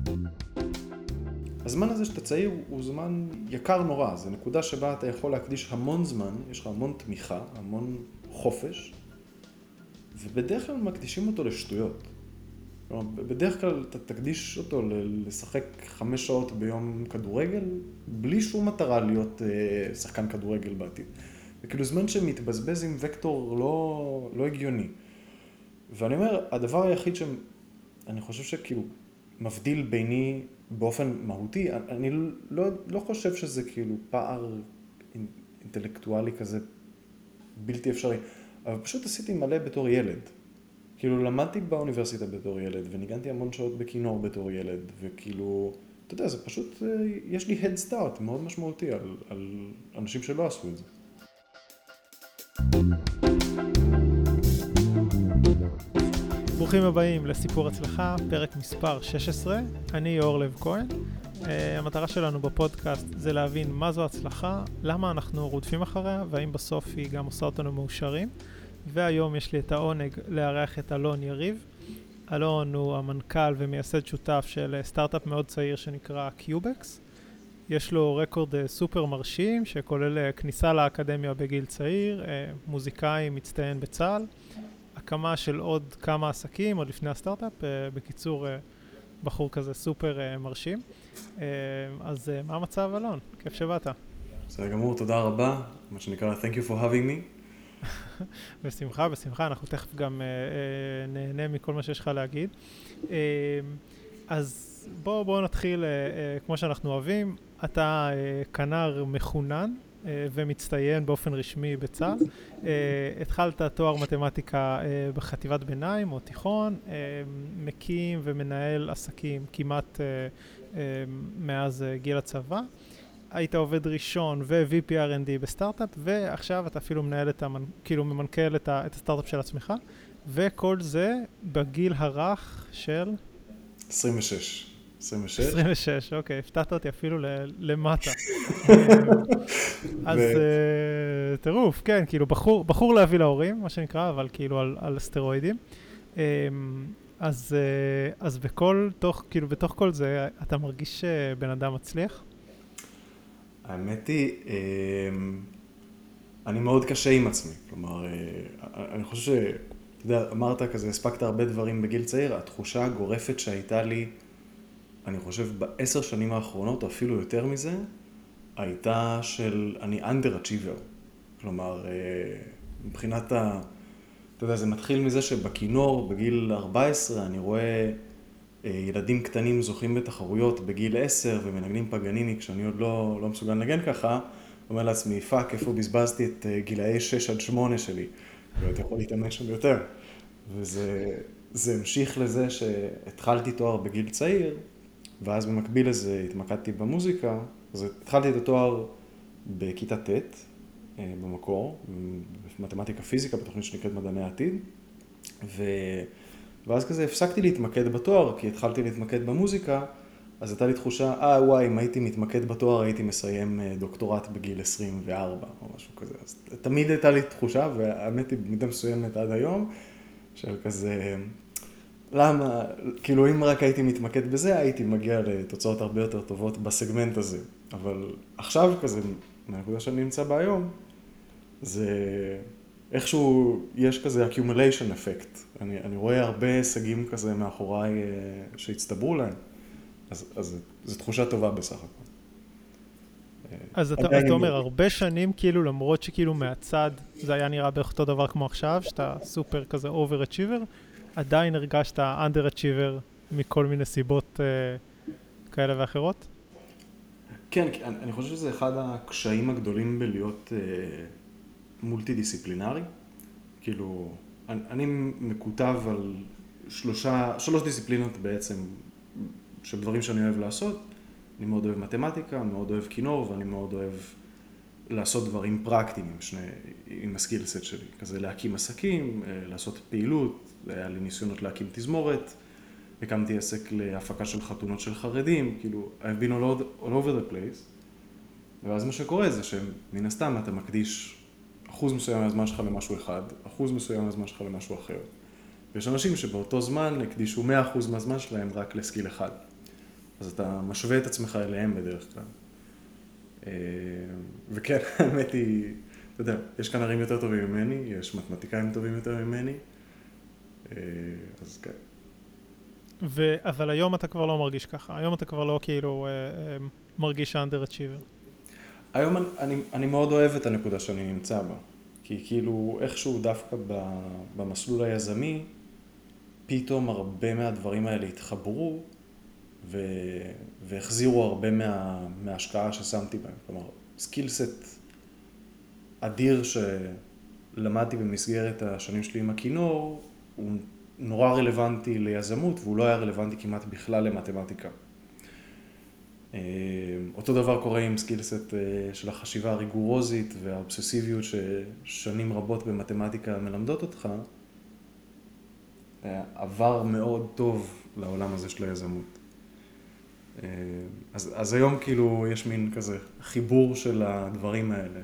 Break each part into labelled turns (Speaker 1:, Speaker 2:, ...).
Speaker 1: הזמן הזה שאתה צעיר הוא זמן יקר נורא, זו נקודה שבה אתה יכול להקדיש המון זמן, יש לך המון תמיכה, המון חופש, ובדרך כלל מקדישים אותו לשטויות. בדרך כלל אתה תקדיש אותו לשחק 5 שעות ביום כדורגל, בלי שום מטרה להיות שחקן כדורגל בעתיד. וכאילו זמן שמתבזבז עם וקטור לא הגיוני. ואני אומר, הדבר היחיד שאני חושב שכאילו מבדיל ביני באופן מהותי, אני לא חושב שזה כאילו פער אינטלקטואלי כזה בלתי אפשרי, אבל פשוט עשיתי מלא בתור ילד. כאילו למדתי באוניברסיטה בתור ילד, וניגנתי המון שעות בכינור בתור ילד, וכאילו, אתה יודע, זה פשוט, יש לי head start מאוד משמעותי על אנשים שלא עשו את זה.
Speaker 2: ברוכים הבאים לסיפור הצלחה, פרק מספר 16. אני אור לב כהן. המטרה שלנו בפודקאסט זה להבין מה זו הצלחה, למה אנחנו רודפים אחריה, והאם בסוף היא גם עושה אותנו מאושרים. והיום יש לי את העונג לארח את אלון יריב. אלון הוא המנכ"ל ומייסד שותף של סטארט-אפ מאוד צעיר שנקרא קיובקס. יש לו רקורד סופר מרשים שכולל כניסה לאקדמיה בגיל צעיר, מוזיקאי מצטיין בצה"ל, הקמה של עוד כמה עסקים עוד לפני הסטארט-אפ. בקיצור, בחור כזה סופר מרשים. אז מה המצב, אלון? כיף שבאת.
Speaker 1: בסדר גמור, תודה רבה, מה שנקרא thank you for having me.
Speaker 2: בשמחה, אנחנו תכף גם נהנה מכל מה שיש לך להגיד. אז בואו נתחיל כמו שאנחנו אוהבים. אתה כנר מחונן ומצטיין באופן רשמי בצה"ל. התחלת תואר מתמטיקה בחטיבת ביניים או תיכון, מקים ומנהל עסקים כמעט מאז גיל הצבא. היית עובד ראשון ו-VP R&D בסטארט-אפ, ועכשיו אתה אפילו מנהל כאילו ממנכ"ל את הסטארט-אפ של עצמך, וכל זה בגיל הרך של 26, אוקיי, הפתעת אותי אפילו למטה. אז טירוף, כן, כאילו בחור להביא להורים, מה שנקרא, אבל כאילו על סטרואידים. אז בתוך כל זה, אתה מרגיש בן אדם מצליח?
Speaker 1: האמת היא, אני מאוד קשה עם עצמי, כלומר, אני חושב אתה יודע, אמרת כזה, הספקת הרבה דברים בגיל צעיר, התחושה הגורפת שהייתה לי, אני חושב, ב10 שנים האחרונות, או אפילו יותר מזה, הייתה של, אני underachiever. כלומר, מבחינת אתה יודע, זה מתחיל מזה שבכינור, בגיל 14, אני רואה ילדים קטנים זוכים בתחרויות בגיל 10, ומנגנים פגניני כשאני עוד לא מסוגל לנגן ככה, אומר לעצמי, פאק, איפה בזבזתי את גילאי 6 עד 8 שלי? ואתה יכול להתאמן שם יותר. וזה המשיך לזה שהתחלתי תואר בגיל צעיר, ואז במקביל לזה התמקדתי במוזיקה. אז התחלתי את התואר בכיתה ט' במקור, במתמטיקה פיזיקה, בתוכנית שנקראת מדעני העתיד. ואז כזה הפסקתי להתמקד בתואר, כי התחלתי להתמקד במוזיקה, אז הייתה לי תחושה, וואי, אם הייתי מתמקד בתואר, הייתי מסיים דוקטורט בגיל 24 או משהו כזה. אז תמיד הייתה לי תחושה, והאמת היא במידה מסוימת עד היום, של כזה, למה, כאילו אם רק הייתי מתמקד בזה, הייתי מגיע לתוצאות הרבה יותר טובות בסגמנט הזה. אבל עכשיו כזה, מהנקודה שאני נמצא בה היום, זה איכשהו יש כזה accumulation effect. אני רואה הרבה הישגים כזה מאחוריי שהצטברו להם. אז זו תחושה טובה בסך הכל.
Speaker 2: אז אתה אומר, הרבה שנים, כאילו, למרות שכאילו מהצד זה היה נראה בערך אותו דבר כמו עכשיו, שאתה סופר כזה overachiever, עדיין הרגשת underachiever מכל מיני סיבות כאלה ואחרות?
Speaker 1: כן, אני חושב שזה אחד הקשיים הגדולים בלהיות מולטי-דיסציפלינרי. כאילו, אני מקוטב על שלוש דיסציפלינות בעצם של דברים שאני אוהב לעשות. אני מאוד אוהב מתמטיקה, מאוד אוהב כינור, ואני מאוד אוהב לעשות דברים פרקטיים עם הסקילסט שלי. כזה להקים עסקים, לעשות פעילות, היה לי ניסיונות להקים תזמורת, הקמתי עסק להפקה של חתונות של חרדים, כאילו, I've been all over the place. ואז מה שקורה זה שמן הסתם אתה מקדיש אחוז מסוים מהזמן שלך למשהו אחד, אחוז מסוים מהזמן שלך למשהו אחר. ויש אנשים שבאותו זמן הקדישו 100% מהזמן שלהם רק לסקיל אחד. אז אתה משווה את עצמך אליהם בדרך כלל. וכן, האמת היא, אתה יודע, יש כנרים יותר טובים ממני, יש מתמטיקאים טובים יותר ממני, אז כן.
Speaker 2: אבל היום אתה כבר לא מרגיש ככה, היום אתה כבר לא כאילו מרגיש underachiever.
Speaker 1: היום אני מאוד אוהב את הנקודה שאני נמצא בה, כי כאילו איכשהו דווקא במסלול היזמי, פתאום הרבה מהדברים האלה התחברו, והחזירו הרבה מההשקעה ששמתי בהם. כלומר, סקילסט אדיר שלמדתי במסגרת השנים שלי עם הכינור, הוא נורא רלוונטי ליזמות, והוא לא היה רלוונטי כמעט בכלל למתמטיקה. אותו דבר קורה עם סקילסט של החשיבה הריגורוזית והאובססיביות ששנים רבות במתמטיקה מלמדות אותך, עבר מאוד טוב לעולם הזה של היזמות. אז היום כאילו יש מין כזה חיבור של הדברים האלה.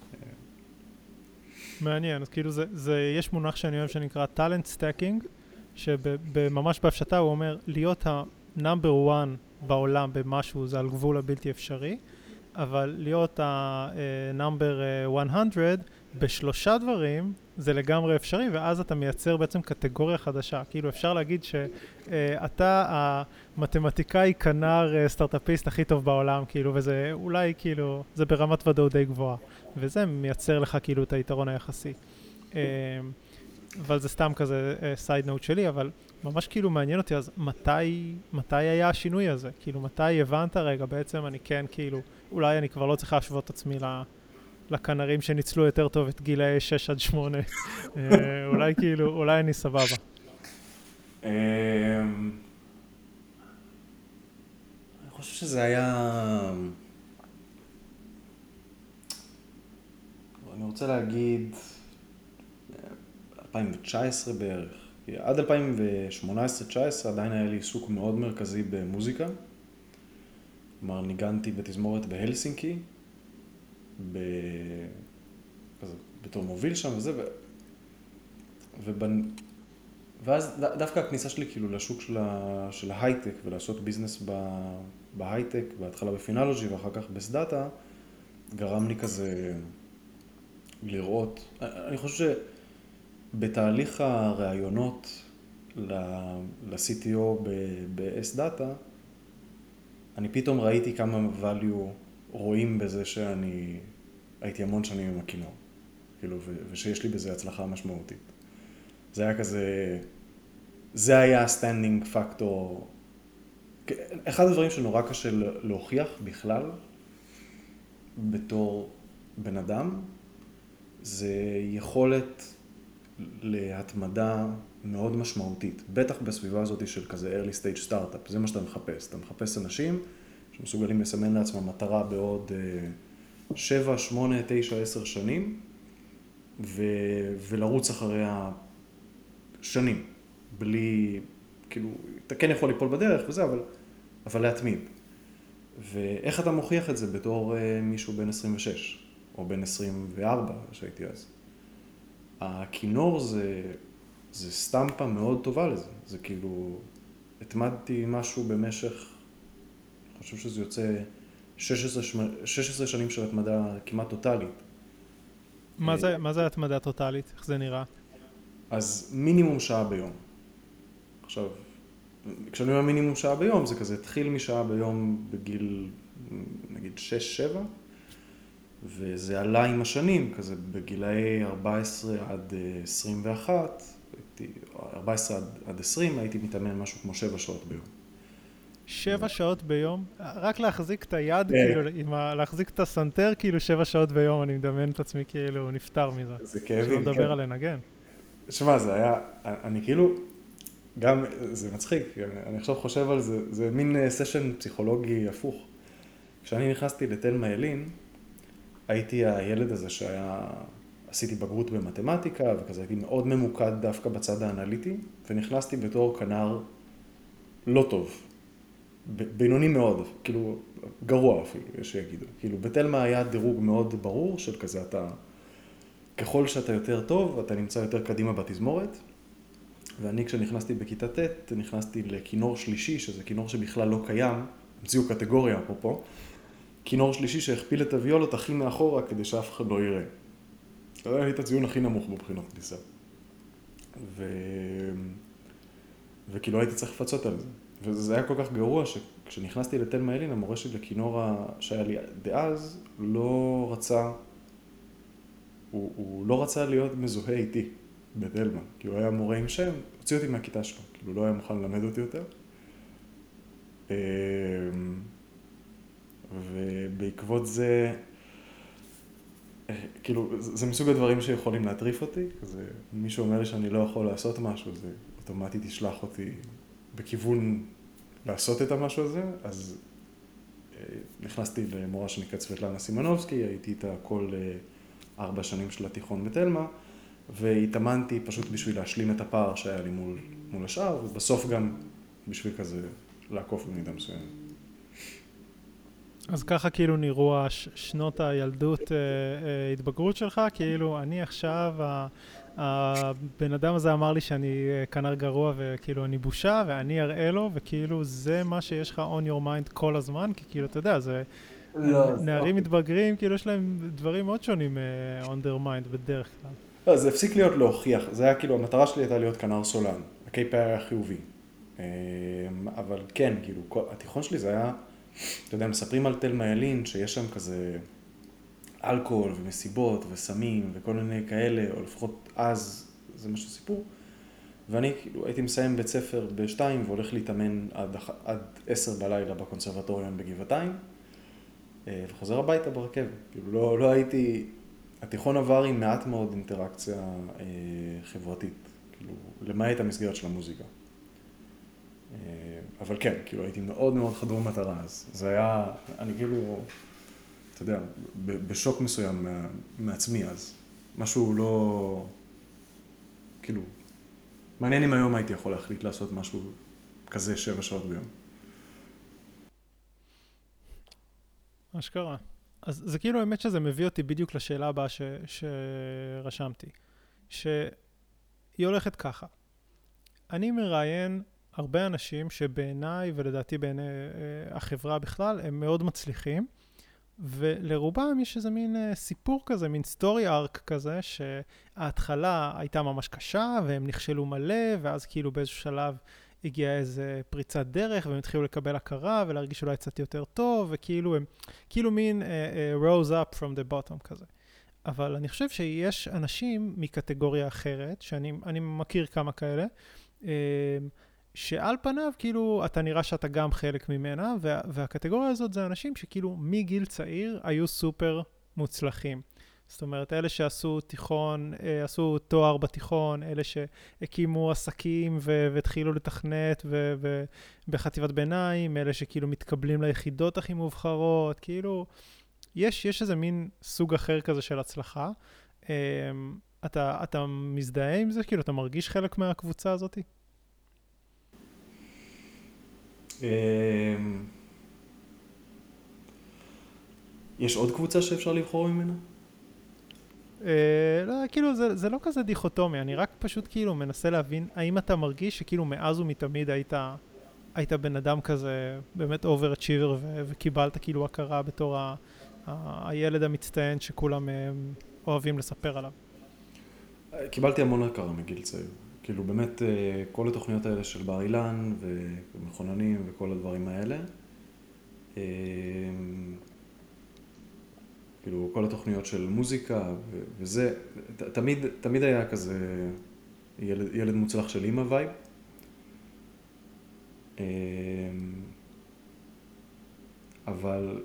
Speaker 2: מעניין, אז כאילו יש מונח שאני אוהב שנקרא talent stacking, שממש בהפשטה הוא אומר להיות ה-number one בעולם במשהו זה על גבול הבלתי אפשרי, אבל להיות ה-number 100 בשלושה דברים זה לגמרי אפשרי, ואז אתה מייצר בעצם קטגוריה חדשה. כאילו אפשר להגיד שאתה המתמטיקאי כנר סטארט-אפיסט הכי טוב בעולם, כאילו, וזה אולי כאילו, זה ברמת ודאות די גבוהה, וזה מייצר לך כאילו את היתרון היחסי. אבל זה סתם כזה סייד נוט שלי, אבל ממש כאילו מעניין אותי, אז מתי היה השינוי הזה? כאילו מתי הבנת רגע, בעצם אני כן כאילו, אולי אני כבר לא צריך להשוות את עצמי לכנרים שניצלו יותר טוב את גילאי 6 עד 8. אולי כאילו, אולי אני סבבה.
Speaker 1: אני חושב שזה היה... אני רוצה להגיד 2019 בערך. עד 2018-2019 עדיין היה לי עיסוק מאוד מרכזי במוזיקה. כלומר, ניגנתי בתזמורת בהלסינקי, בתור מוביל שם וזה, ואז דווקא הכניסה שלי כאילו לשוק של ההייטק ולעשות ביזנס בהייטק, בהתחלה בפינלוג'י ואחר כך בסדאטה, גרם לי כזה לראות, אני חושב שבתהליך הרעיונות ל-CTO ב-S-Data, אני פתאום ראיתי כמה value רואים בזה שאני הייתי המון שנים עם הכינור, כאילו, ושיש לי בזה הצלחה משמעותית. זה היה כזה, זה היה הסטנדינג פקטור. אחד הדברים שנורא קשה להוכיח בכלל, בתור בן אדם, זה יכולת להתמדה מאוד משמעותית, בטח בסביבה הזאת של כזה early stage startup, זה מה שאתה מחפש. אתה מחפש אנשים שמסוגלים לסמן לעצמם מטרה בעוד 7, 8, 9, 10 שנים, ולרוץ אחריה שנים, בלי, כאילו, אתה כן יכול ליפול בדרך וזה, אבל להתמיד. ואיך אתה מוכיח את זה בתור מישהו בן 26, או בן 24, שהייתי אז? הכינור זה סטמפה מאוד טובה לזה. זה כאילו, התמדתי משהו במשך, אני חושב שזה יוצא 16 שנים של התמדה כמעט טוטלית.
Speaker 2: מה זה התמדה טוטלית? איך זה נראה?
Speaker 1: אז מינימום שעה ביום. עכשיו, כשאני אומר מינימום שעה ביום, זה כזה התחיל משעה ביום בגיל, נגיד 6-7, וזה עלה עם השנים, כזה בגילאי 14 עד 21, 14 עד 20, הייתי מתאמן משהו כמו 7 שעות ביום.
Speaker 2: 7 שעות ביום? רק להחזיק את היד, כאילו, להחזיק את הסנטר, כאילו 7 שעות ביום, אני מדמיין את עצמי כאילו נפטר מזה.
Speaker 1: זה כאבים.
Speaker 2: שלא מדבר על לנגן.
Speaker 1: שמע, זה היה, אני כאילו, גם, זה מצחיק, אני עכשיו חושב על זה, זה מין סשן פסיכולוגי הפוך. כשאני נכנסתי לתלמה ילין, הייתי הילד הזה עשיתי בגרות במתמטיקה, וכזה הייתי מאוד ממוקד דווקא בצד האנליטי, ונכנסתי בתור כנר לא טוב, בינוני מאוד, כאילו גרוע אפילו, יש שיגידו. כאילו בתלמה היה דירוג מאוד ברור של כזה, ככל שאתה יותר טוב, אתה נמצא יותר קדימה בתזמורת, ואני כשנכנסתי בכיתה ט', נכנסתי לכינור שלישי, שזה כינור שבכלל לא קיים, המציאו קטגוריה אפרופו, כינור שלישי שהכפיל את הוויולות הכי מאחורה כדי שאף אחד לא יראה. זה היה לי את הציון הכי נמוך בבחינות כניסה. וכאילו הייתי צריך לפצות על זה. וזה היה כל כך גרוע שכשנכנסתי לתלמה ילין, המורה שלי לכינור שהיה לי דאז, לא רצה, הוא לא רצה להיות מזוהה איתי בתלמה. כי הוא היה מורה עם שם, הוציא אותי מהכיתה שלו, כאילו לא היה מוכן ללמד אותי יותר. ובעקבות זה, כאילו, זה מסוג הדברים שיכולים להטריף אותי, כזה, מישהו אומר לי שאני לא יכול לעשות משהו, זה אוטומטית ישלח אותי בכיוון לעשות את המשהו הזה, אז נכנסתי למורה שנקראת סבטלנה סימנובסקי, הייתי איתה כל 4 שנים של התיכון בתלמה, והתאמנתי פשוט בשביל להשלים את הפער שהיה לי מול השאר, ובסוף גם בשביל כזה לעקוף במידה מסוימת.
Speaker 2: אז ככה כאילו נראו שנות הילדות התבגרות שלך, כאילו אני עכשיו, הבן אדם הזה אמר לי שאני כנר גרוע וכאילו אני בושה ואני אראה לו וכאילו זה מה שיש לך on your mind כל הזמן, כי כאילו אתה יודע, זה נערים מתבגרים, כאילו יש להם דברים מאוד שונים on their mind בדרך כלל.
Speaker 1: לא, זה הפסיק להיות להוכיח, זה היה כאילו, המטרה שלי הייתה להיות כנר סולן, ה-KPI היה חיובי. אבל כן, כאילו, התיכון שלי זה היה, אתה יודע, מספרים על תלמה ילין שיש שם כזה אלכוהול ומסיבות וסמים וכל מיני כאלה, או לפחות אז זה משהו סיפור. ואני כאילו הייתי מסיים בית ספר ב-2 והולך להתאמן עד 10 בלילה בקונסרבטוריון בגבעתיים, וחוזר הביתה ברכבת. כאילו לא הייתי, התיכון עבר עם מעט מאוד אינטראקציה חברתית, כאילו למעט המסגרת של המוזיקה. אבל כן, כאילו הייתי מאוד מאוד חדור מטרה אז. זה היה, אני כאילו, אתה יודע, בשוק מסוים מעצמי אז. משהו לא, כאילו, מעניין אם היום הייתי יכול להחליט לעשות משהו כזה 7 שעות ביום.
Speaker 2: אשכרה. אז זה כאילו האמת שזה מביא אותי בדיוק לשאלה הבאה שרשמתי. שהיא הולכת ככה. אני מראיין הרבה אנשים שבעיניי ולדעתי בעיני החברה בכלל הם מאוד מצליחים, ולרובם יש איזה מין סיפור כזה, מין סטורי ארק כזה, שההתחלה הייתה ממש קשה והם נכשלו מלא, ואז כאילו באיזשהו שלב הגיעה איזה פריצת דרך והם התחילו לקבל הכרה ולהרגיש אולי קצת יותר טוב, וכאילו הם כאילו מין rose up from the bottom כזה. אבל אני חושב שיש אנשים מקטגוריה אחרת, שאני מכיר כמה כאלה, שעל פניו כאילו אתה נראה שאתה גם חלק ממנה, והקטגוריה הזאת זה אנשים שכאילו מגיל צעיר היו סופר מוצלחים. זאת אומרת, אלה שעשו תיכון, עשו תואר בתיכון, אלה שהקימו עסקים והתחילו לתכנת בחטיבת ביניים, אלה שכאילו מתקבלים ליחידות הכי מובחרות, כאילו יש איזה מין סוג אחר כזה של הצלחה. אתה מזדהה עם זה? כאילו אתה מרגיש חלק מהקבוצה הזאת?
Speaker 1: יש עוד קבוצה שאפשר לבחור ממנה?
Speaker 2: לא, כאילו זה לא כזה דיכוטומי, אני רק פשוט כאילו מנסה להבין האם אתה מרגיש שכאילו מאז ומתמיד היית בן אדם כזה באמת אובר-אצ'יבר וקיבלת כאילו הכרה בתור הילד המצטיין שכולם אוהבים לספר עליו.
Speaker 1: קיבלתי המון הכרה מגיל צעיר. כאילו באמת כל התוכניות האלה של בר אילן ומכוננים וכל הדברים האלה. כאילו כל התוכניות של מוזיקה וזה, תמיד היה כזה ילד מוצלח של אמא וייב. אבל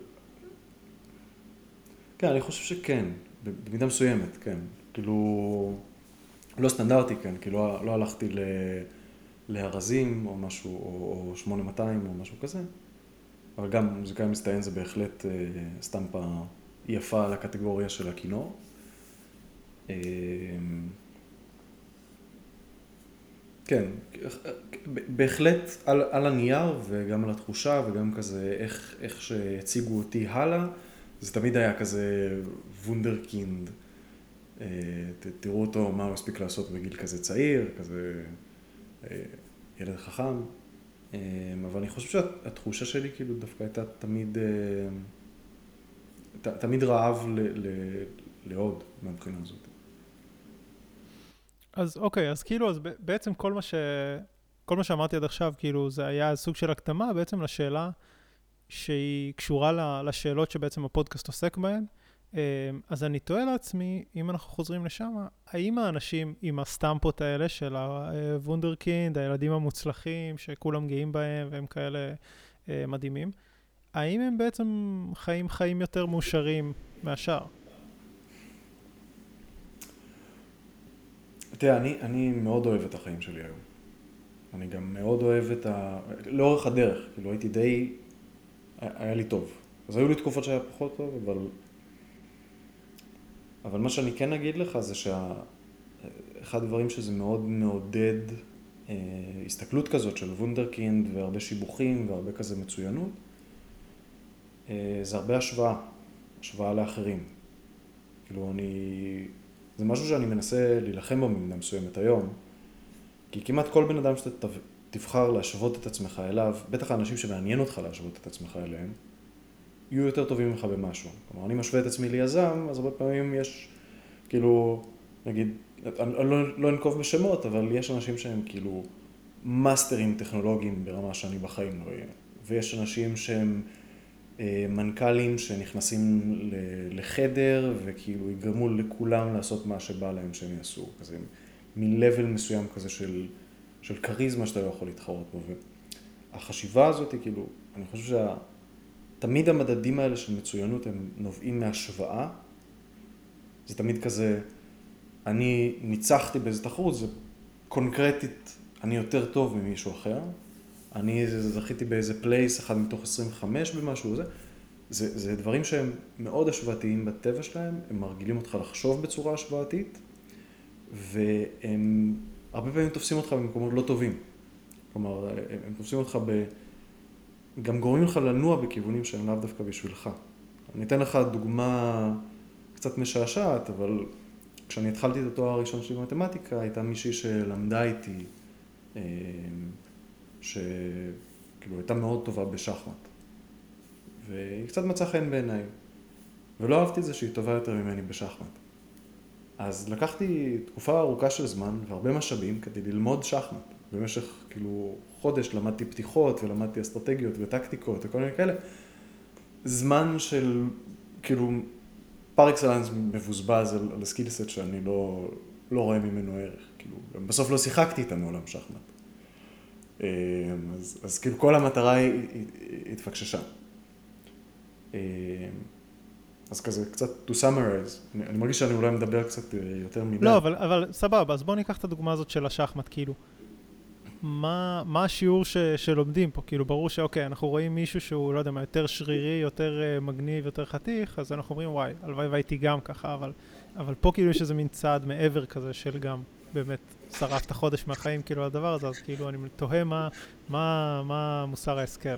Speaker 1: כן, אני חושב שכן, במידה מסוימת, כן. כאילו לא סטנדרטי, כן, כי לא הלכתי להרזים או משהו, או 8200 או משהו כזה, אבל גם מוזיקאי מצטיין זה בהחלט סטמפה יפה לקטגוריה של הכינור. כן, בהחלט על הנייר וגם על התחושה וגם כזה איך שהציגו אותי הלאה, זה תמיד היה כזה וונדרקינד. תראו אותו מה הוא הספיק לעשות בגיל כזה צעיר, כזה ילד חכם. אבל אני חושב שהתחושה שלי כאילו דווקא הייתה תמיד רעב לעוד מהבחינה הזאת.
Speaker 2: אז אוקיי, אז כאילו, אז בעצם כל מה שאמרתי עד עכשיו, כאילו, זה היה סוג של הקדמה בעצם לשאלה שהיא קשורה לשאלות שבעצם הפודקאסט עוסק בהן. אז אני תוהה לעצמי, אם אנחנו חוזרים לשם, האם האנשים עם הסטמפות האלה של הוונדרקינד, הילדים המוצלחים, שכולם גאים בהם והם כאלה מדהימים, האם הם בעצם חיים יותר מאושרים מהשאר?
Speaker 1: תראה, אני מאוד אוהב את החיים שלי היום. אני גם מאוד אוהב לאורך הדרך, כאילו הייתי היה לי טוב. אז היו לי תקופות שהיה פחות טוב, אבל מה שאני כן אגיד לך זה אחד הדברים שזה מאוד מעודד הסתכלות כזאת של וונדרקינד והרבה שיבוכים והרבה כזה מצוינות, זה הרבה השוואה לאחרים. כאילו זה משהו שאני מנסה להילחם בו במידה מסוימת היום, כי כמעט כל בן אדם שאתה תבחר להשוות את עצמך אליו, בטח האנשים שמעניין אותך להשוות את עצמך אליהם, יהיו יותר טובים ממך במשהו. כלומר, אני משווה את עצמי ליזם, אז הרבה פעמים יש, כאילו, נגיד, אני לא אנקוב בשמות, אבל יש אנשים שהם כאילו מאסטרים טכנולוגיים ברמה שאני בחיים לא אהיה. ויש אנשים שהם מנכ"לים שנכנסים לחדר, וכאילו יגרמו לכולם לעשות מה שבא להם שהם יעשו. כזה מלבל מסוים כזה של קריזמה שאתה לא יכול להתחרות בו. והחשיבה הזאת היא כאילו, אני חושב תמיד המדדים האלה של מצוינות הם נובעים מהשוואה. זה תמיד כזה, אני ניצחתי באיזה תחרות, זה קונקרטית, אני יותר טוב ממישהו אחר. אני זכיתי באיזה פלייס, אחד מתוך 25 במשהו, זה דברים שהם מאוד השוואתיים בטבע שלהם, הם מרגילים אותך לחשוב בצורה השוואתית, והם הרבה פעמים תופסים אותך במקומות לא טובים. כלומר, הם תופסים אותך גם גורמים לך לנוע בכיוונים שהם לאו דווקא בשבילך. אני אתן לך דוגמה קצת משעשעת, אבל כשאני התחלתי את התואר הראשון שלי במתמטיקה, הייתה מישהי שלמדה איתי, שכאילו הייתה מאוד טובה בשחמט. והיא קצת מצאה חן בעיניי. ולא אהבתי את זה שהיא טובה יותר ממני בשחמט. אז לקחתי תקופה ארוכה של זמן והרבה משאבים כדי ללמוד שחמט. במשך כאילו חודש למדתי פתיחות ולמדתי אסטרטגיות וטקטיקות וכל מיני כאלה. זמן של כאילו פר אקסלנס מבוזבז על הסקילסט שאני לא רואה ממנו ערך. כאילו, בסוף לא שיחקתי איתנו עולם שחמט. אז כאילו כל המטרה התפקששה. אז כזה קצת to summarize, אני מרגיש שאני אולי מדבר קצת יותר מדי.
Speaker 2: לא, אבל סבבה, אז בוא ניקח את הדוגמה הזאת של השחמט, כאילו. מה השיעור שלומדים פה? כאילו, ברור שאוקיי, אנחנו רואים מישהו שהוא, לא יודע מה, יותר שרירי, יותר מגניב, יותר חתיך, אז אנחנו אומרים, וואי, הלוואי והייתי גם ככה, אבל פה כאילו יש איזה מין צעד מעבר כזה של גם, באמת, שרפת חודש מהחיים, כאילו, הדבר הזה, אז כאילו, אני תוהה מה מוסר ההשכל.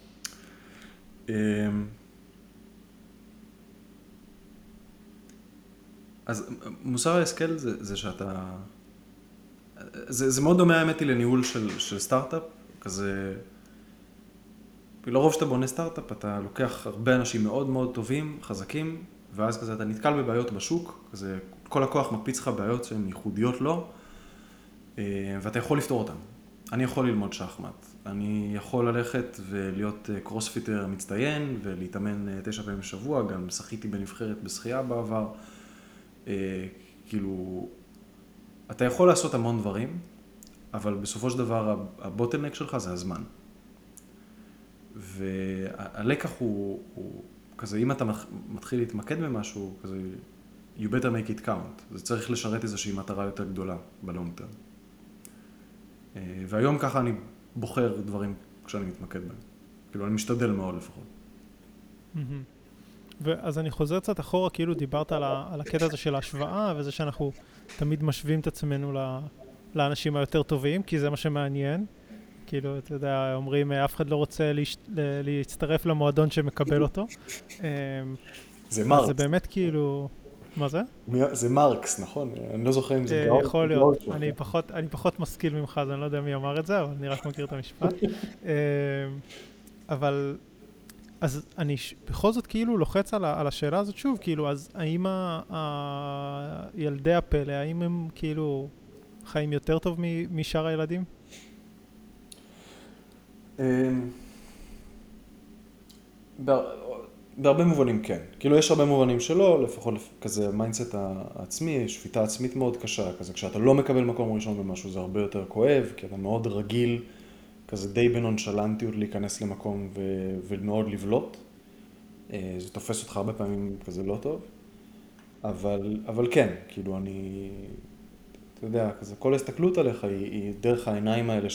Speaker 1: אז מוסר ההשכל זה שאתה, זה מאוד דומה האמת היא לניהול של סטארט-אפ, כזה, לרוב שאתה בונה סטארט-אפ, אתה לוקח הרבה אנשים מאוד מאוד טובים, חזקים, ואז כזה אתה נתקל בבעיות בשוק, כזה כל לקוח מקפיץ לך בעיות שהן ייחודיות לו, ואתה יכול לפתור אותן. אני יכול ללמוד שחמט, אני יכול ללכת ולהיות קרוספיטר מצטיין, ולהתאמן 9 פעמים בשבוע, גם שחיתי בנבחרת בשחייה בעבר, כאילו, אתה יכול לעשות המון דברים, אבל בסופו של דבר הבוטלנק שלך זה הזמן. והלקח הוא כזה, אם אתה מתחיל להתמקד במשהו, כזה, you better make it count. זה צריך לשרת איזושהי מטרה יותר גדולה בלונג טרם. והיום ככה אני בוחר דברים כשאני מתמקד בהם. כאילו, אני משתדל מאוד לפחות.
Speaker 2: אז אני חוזר קצת אחורה, כאילו דיברת על הקטע הזה של ההשוואה, וזה שאנחנו תמיד משווים את עצמנו לאנשים היותר טובים, כי זה מה שמעניין. כאילו, אתה יודע, אומרים, אף אחד לא רוצה להצטרף למועדון שמקבל אותו.
Speaker 1: זה מרץ.
Speaker 2: זה באמת כאילו, מה זה?
Speaker 1: זה מרקס, נכון? אני לא זוכר אם זה גאו.
Speaker 2: יכול להיות. אני פחות משכיל ממך, אז אני לא יודע מי אמר את זה, אבל אני רק מכיר את המשפט. אבל, אז אני בכל זאת כאילו לוחץ על השאלה הזאת שוב, כאילו, אז האם ילדי הפלא, האם הם כאילו חיים יותר טוב משאר הילדים?
Speaker 1: בהרבה מובנים כן. כאילו יש הרבה מובנים שלא, לפחות כזה מיינדסט העצמי, שפיטה עצמית מאוד קשה, כזה כשאתה לא מקבל מקום ראשון במשהו זה הרבה יותר כואב, כי אתה מאוד רגיל, כזה די בנונשלנטיות להיכנס למקום ומאוד לבלוט. זה תופס אותך הרבה פעמים כזה לא טוב, אבל כן, כאילו אתה יודע, כזה כל ההסתכלות עליך היא דרך העיניים האלה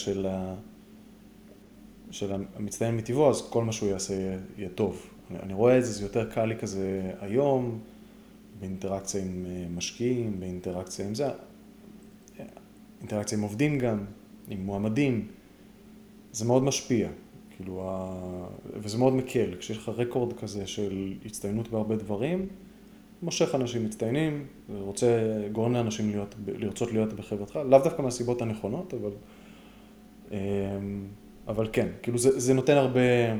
Speaker 1: של המצטיין מטבעו, אז כל מה שהוא יעשה יהיה טוב. אני רואה את זה, זה יותר קל לי כזה היום, באינטראקציה עם משקיעים, באינטראקציה עם זה, אינטראקציה עם עובדים גם, עם מועמדים, זה מאוד משפיע, כאילו, וזה מאוד מקל. כשיש לך רקורד כזה של הצטיינות בהרבה דברים, מושך אנשים מצטיינים, גורם לאנשים לרצות להיות בחברתך, לאו דווקא מהסיבות הנכונות, אבל כן, כאילו זה נותן הרבה,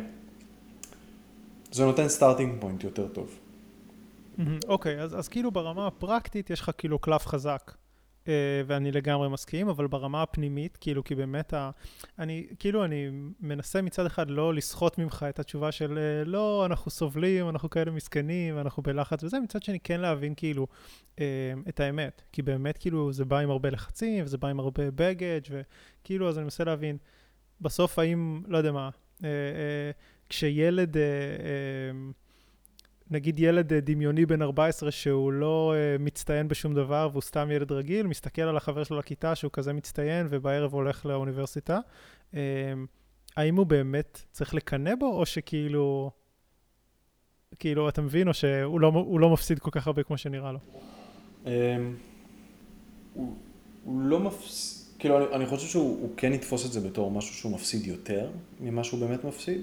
Speaker 1: זה נותן סטארטינג פוינט יותר טוב.
Speaker 2: אוקיי, אז כאילו ברמה הפרקטית יש לך כאילו קלף חזק, ואני לגמרי מסכים, אבל ברמה הפנימית, כאילו, כי באמת, אני מנסה מצד אחד לא לסחוט ממך את התשובה של, לא, אנחנו סובלים, אנחנו כאלה מסכנים, אנחנו בלחץ, וזה מצד שני כן להבין כאילו את האמת, כי באמת כאילו זה בא עם הרבה לחצים, וזה בא עם הרבה בגאג' וכאילו, אז אני מנסה להבין, בסוף האם, לא יודע מה, כשילד, נגיד ילד דמיוני בן 14 שהוא לא מצטיין בשום דבר והוא סתם ילד רגיל, מסתכל על החבר שלו לכיתה שהוא כזה מצטיין ובערב הולך לאוניברסיטה, האם הוא באמת צריך לקנא בו או שכאילו, אתה מבין, או שהוא לא מפסיד כל כך הרבה כמו שנראה לו?
Speaker 1: הוא לא מפסיד, כאילו אני חושב שהוא כן יתפוס את זה בתור משהו שהוא מפסיד יותר ממה שהוא באמת מפסיד.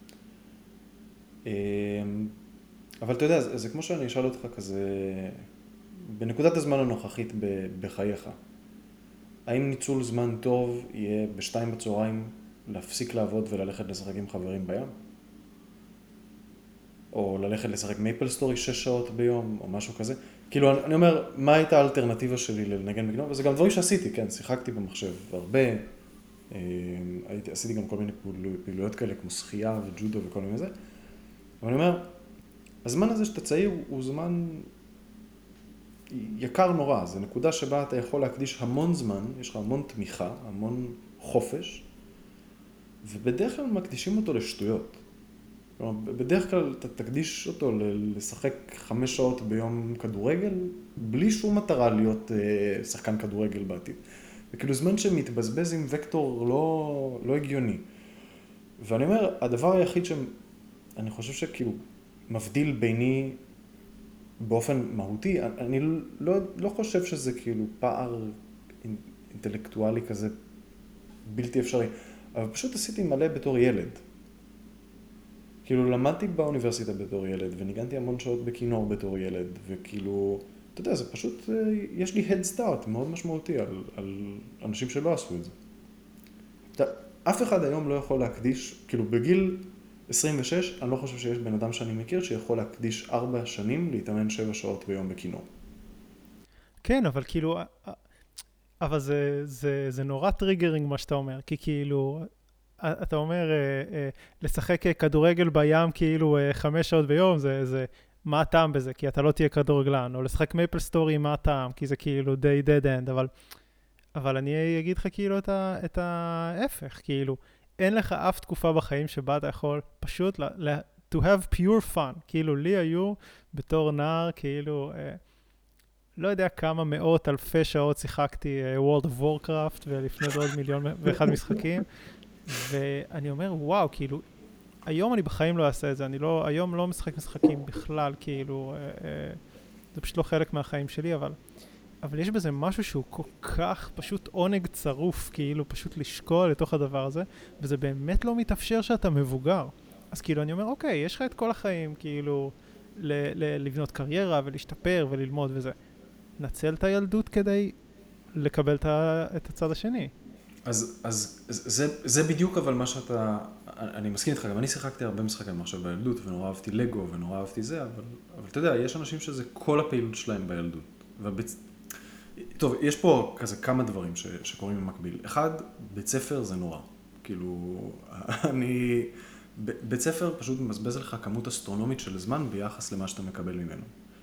Speaker 1: אבל אתה יודע, זה כמו שאני אשאל אותך כזה, בנקודת הזמן הנוכחית בחייך, האם ניצול זמן טוב יהיה ב2 בצהריים להפסיק לעבוד וללכת לשחק עם חברים בים? או ללכת לשחק מייפל סטורי 6 שעות ביום, או משהו כזה? כאילו, אני אומר, מה הייתה האלטרנטיבה שלי לנגן בגנוב? וזה גם דברים שעשיתי, כן, שיחקתי במחשב הרבה, עשיתי גם כל מיני פעילויות כאלה, כמו שחייה וג'ודו וכל מיני זה, אבל אני אומר, הזמן הזה שאתה צעיר הוא זמן יקר נורא, זה נקודה שבה אתה יכול להקדיש המון זמן, יש לך המון תמיכה, המון חופש, ובדרך כלל מקדישים אותו לשטויות. כלומר, בדרך כלל אתה תקדיש אותו לשחק 5 שעות ביום כדורגל, בלי שום מטרה להיות שחקן כדורגל בעתיד. וכאילו זמן שמתבזבז עם וקטור לא הגיוני. ואני אומר, הדבר היחיד שאני חושב שכאילו מבדיל ביני באופן מהותי, אני לא חושב שזה כאילו פער אינטלקטואלי כזה בלתי אפשרי, אבל פשוט עשיתי מלא בתור ילד. כאילו למדתי באוניברסיטה בתור ילד, וניגנתי המון שעות בכינור בתור ילד, וכאילו, אתה יודע, זה פשוט, יש לי head start מאוד משמעותי על אנשים שלא עשו את זה. אף אחד היום לא יכול להקדיש, כאילו בגיל 26, אני לא חושב שיש בן אדם שאני מכיר שיכול להקדיש 4 שנים להתאמן 7 שעות ביום בכינור.
Speaker 2: כן, אבל כאילו, אבל זה נורא טריגרינג מה שאתה אומר, כי כאילו, אתה אומר, לשחק כדורגל בים כאילו 5 שעות ביום, זה מה הטעם בזה? כי אתה לא תהיה כדורגלן, או לשחק מייפל סטורי, מה הטעם? כי זה כאילו די dead end, אבל אני אגיד לך כאילו את ההפך, כאילו, אין לך אף תקופה בחיים שבה אתה יכול פשוט to have pure fun, כאילו לי היו בתור נער, כאילו, לא יודע כמה מאות אלפי שעות שיחקתי World of Warcraft, ולפני זה עוד 1,000,001 משחקים, ואני אומר, וואו, כאילו, היום אני בחיים לא אעשה את זה, היום לא משחק משחקים בכלל, כאילו, זה פשוט לא חלק מהחיים שלי, אבל יש בזה משהו שהוא כל כך פשוט עונג צרוף, כאילו, פשוט לשקול לתוך הדבר הזה, וזה באמת לא מתאפשר שאתה מבוגר. אז כאילו, אני אומר, אוקיי, יש לך את כל החיים, כאילו, לבנות קריירה ולהשתפר וללמוד וזה. נצל את הילדות כדי לקבל את הצד השני.
Speaker 1: אז זה בדיוק אבל מה שאתה, אני מסכים איתך, גם אני שיחקתי הרבה משחקי מחשב בילדות, ונורא אהבתי לגו, ונורא אהבתי זה, אבל אתה יודע, יש אנשים שזה כל הפעילות שלהם בילדות. טוב, יש פה כזה כמה דברים שקורים במקביל. אחד, בית ספר זה נורא. כאילו, בית ספר פשוט מבזבז לך כמות אסטרונומית של זמן ביחס למה שאתה מקבל ממנו.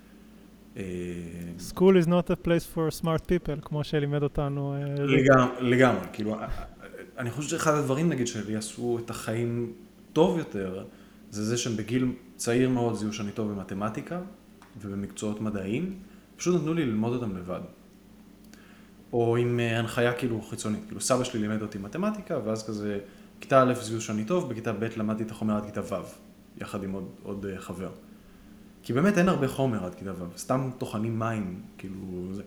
Speaker 2: School is not a place for smart people, כמו שלימד אותנו.
Speaker 1: לגמרי, כאילו, אני חושב שאחד הדברים, נגיד, שלי עשו את החיים טוב יותר, זה שהם בגיל צעיר מאוד זיהו שאני טוב במתמטיקה ובמקצועות מדעיים, פשוט נתנו לי ללמוד אותם לבד. או עם הנחיה כאילו חיצונית, כאילו סבא שלי לימד אותי מתמטיקה, ואז כזה, כיתה א' זיהו שאני טוב, בכיתה ב' למדתי את החומר עד כיתה ו', יחד עם עוד חבר. כי באמת אין הרבה חומר עד כיתה ו', סתם טוחנים מים, כאילו זה.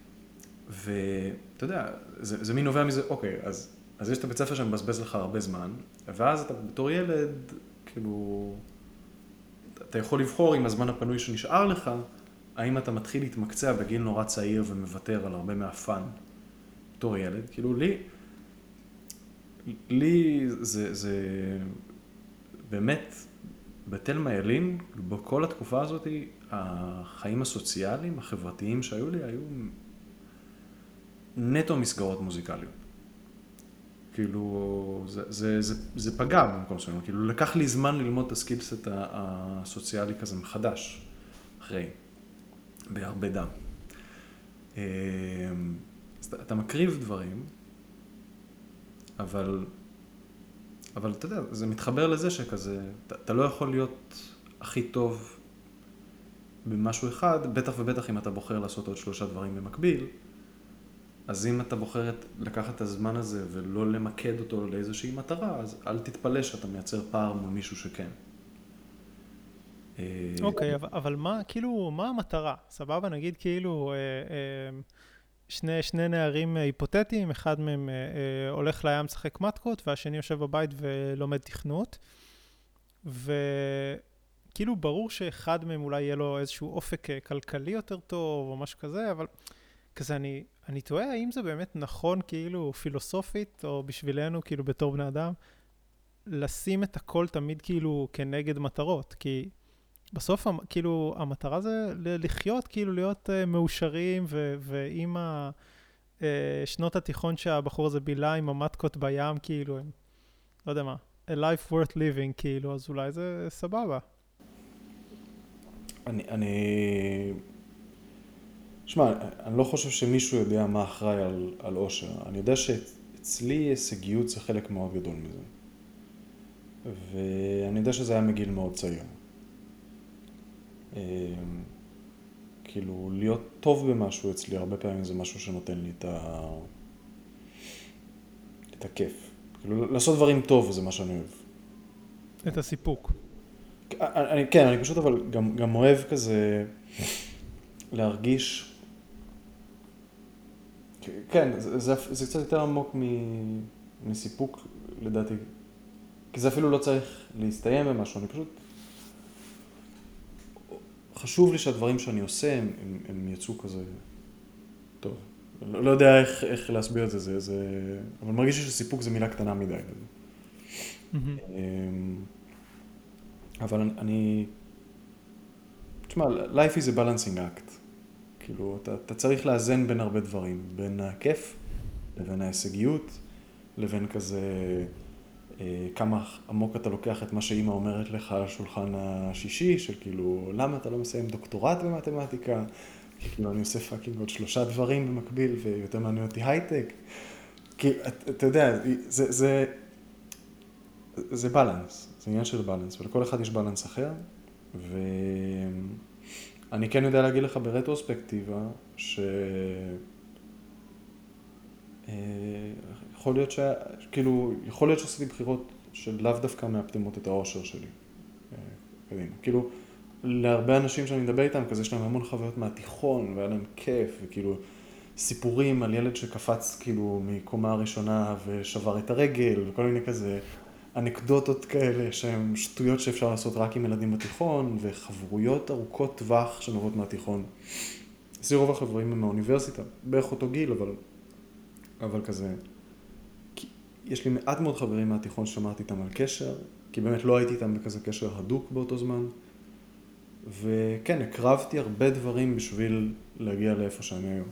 Speaker 1: ואתה יודע, זה מין נובע מזה, אוקיי, אז יש את הבית ספר שמבזבז לך הרבה זמן, ואז אתה בתור ילד, כאילו, אתה יכול לבחור עם הזמן הפנוי שנשאר לך, האם אתה מתחיל להתמקצע בגיל נורא צעיר ומוותר על הרבה מהפן בתור ילד. כאילו, לי זה באמת, בתל ילין, בכל התקופה הזאת, החיים הסוציאליים, החברתיים שהיו לי, היו נטו מסגרות מוזיקליות. כאילו, זה פגע במקום שלנו. כאילו, לקח לי זמן ללמוד את הסקילסט הסוציאלי כזה מחדש, אחרי, בהרבה דם. אז אתה מקריב דברים, אבל אתה יודע, זה מתחבר לזה שכזה, אתה לא יכול להיות הכי טוב במשהו אחד, בטח ובטח אם אתה בוחר לעשות עוד 3 דברים במקביל, אז אם אתה בוחר לקחת את הזמן הזה ולא למקד אותו לאיזושהי מטרה, אז אל תתפלא שאתה מייצר פער מול מישהו שכן.
Speaker 2: אוקיי, אבל כאילו, מה המטרה? סבבה, נגיד כאילו, שני נערים היפותטיים, אחד מהם הולך לים לשחק מתקות, והשני יושב בבית ולומד תכנות, וכאילו ברור שאחד מהם אולי יהיה לו איזשהו אופק כלכלי יותר טוב, או משהו כזה, אבל כזה אני תוהה האם זה באמת נכון כאילו פילוסופית, או בשבילנו כאילו בתור בני אדם, לשים את הכל תמיד כאילו כנגד מטרות, כי בסוף כאילו המטרה זה לחיות, כאילו להיות מאושרים, ועם שנות התיכון שהבחור הזה בילה עם המתקות בים, כאילו, לא יודע מה, a life worth living, כאילו, אז אולי זה סבבה.
Speaker 1: שמע, אני לא חושב שמישהו יודע מה אחראי על אושר. אני יודע שאצלי הישגיות זה חלק מאוד גדול מזה. ואני יודע שזה היה מגיל מאוד צעיר. כאילו, להיות טוב במשהו אצלי, הרבה פעמים זה משהו שנותן לי את הכיף. כאילו, לעשות דברים טוב זה מה שאני אוהב.
Speaker 2: את הסיפוק.
Speaker 1: כן, אני פשוט אבל גם אוהב כזה להרגיש, כן, זה קצת יותר עמוק מסיפוק לדעתי, כי זה אפילו לא צריך להסתיים במשהו, אני פשוט, חשוב לי שהדברים שאני עושה הם יצאו כזה טוב. לא יודע איך להסביר את זה, אבל מרגיש לי שסיפוק זה מילה קטנה מדי. אבל תשמע, life is a balancing act. כאילו, אתה צריך לאזן בין הרבה דברים, בין הכיף, לבין ההישגיות, לבין כזה, כמה עמוק אתה לוקח את מה שאמא אומרת לך על השולחן השישי, של כאילו, למה אתה לא מסיים דוקטורט במתמטיקה? כאילו, אני עושה פאקינג עוד 3 דברים במקביל, ויותר מעניין אותי הייטק. כי, אתה יודע, זה בלנס, זה עניין של בלנס, ולכל אחד יש בלנס אחר, ואני כן יודע להגיד לך ברטרוספקטיבה, יכול להיות יכול להיות שעשיתי בחירות של לאו דווקא מאפטמות את האושר שלי. כאילו, להרבה אנשים שאני מדבר איתם, כזה יש להם המון חוויות מהתיכון, והיה להם כיף, וכאילו, סיפורים על ילד שקפץ כאילו מקומה הראשונה ושבר את הרגל, וכל מיני כזה. אנקדוטות כאלה שהן שטויות שאפשר לעשות רק עם ילדים בתיכון, וחברויות ארוכות טווח שנובעות מהתיכון. אצלי רוב החברים הם מהאוניברסיטה, בערך אותו גיל, אבל כזה. יש לי מעט מאוד חברים מהתיכון ששמרתי איתם על קשר, כי באמת לא הייתי איתם בכזה קשר הדוק באותו זמן. וכן, הקרבתי הרבה דברים בשביל להגיע לאיפה שאני היום.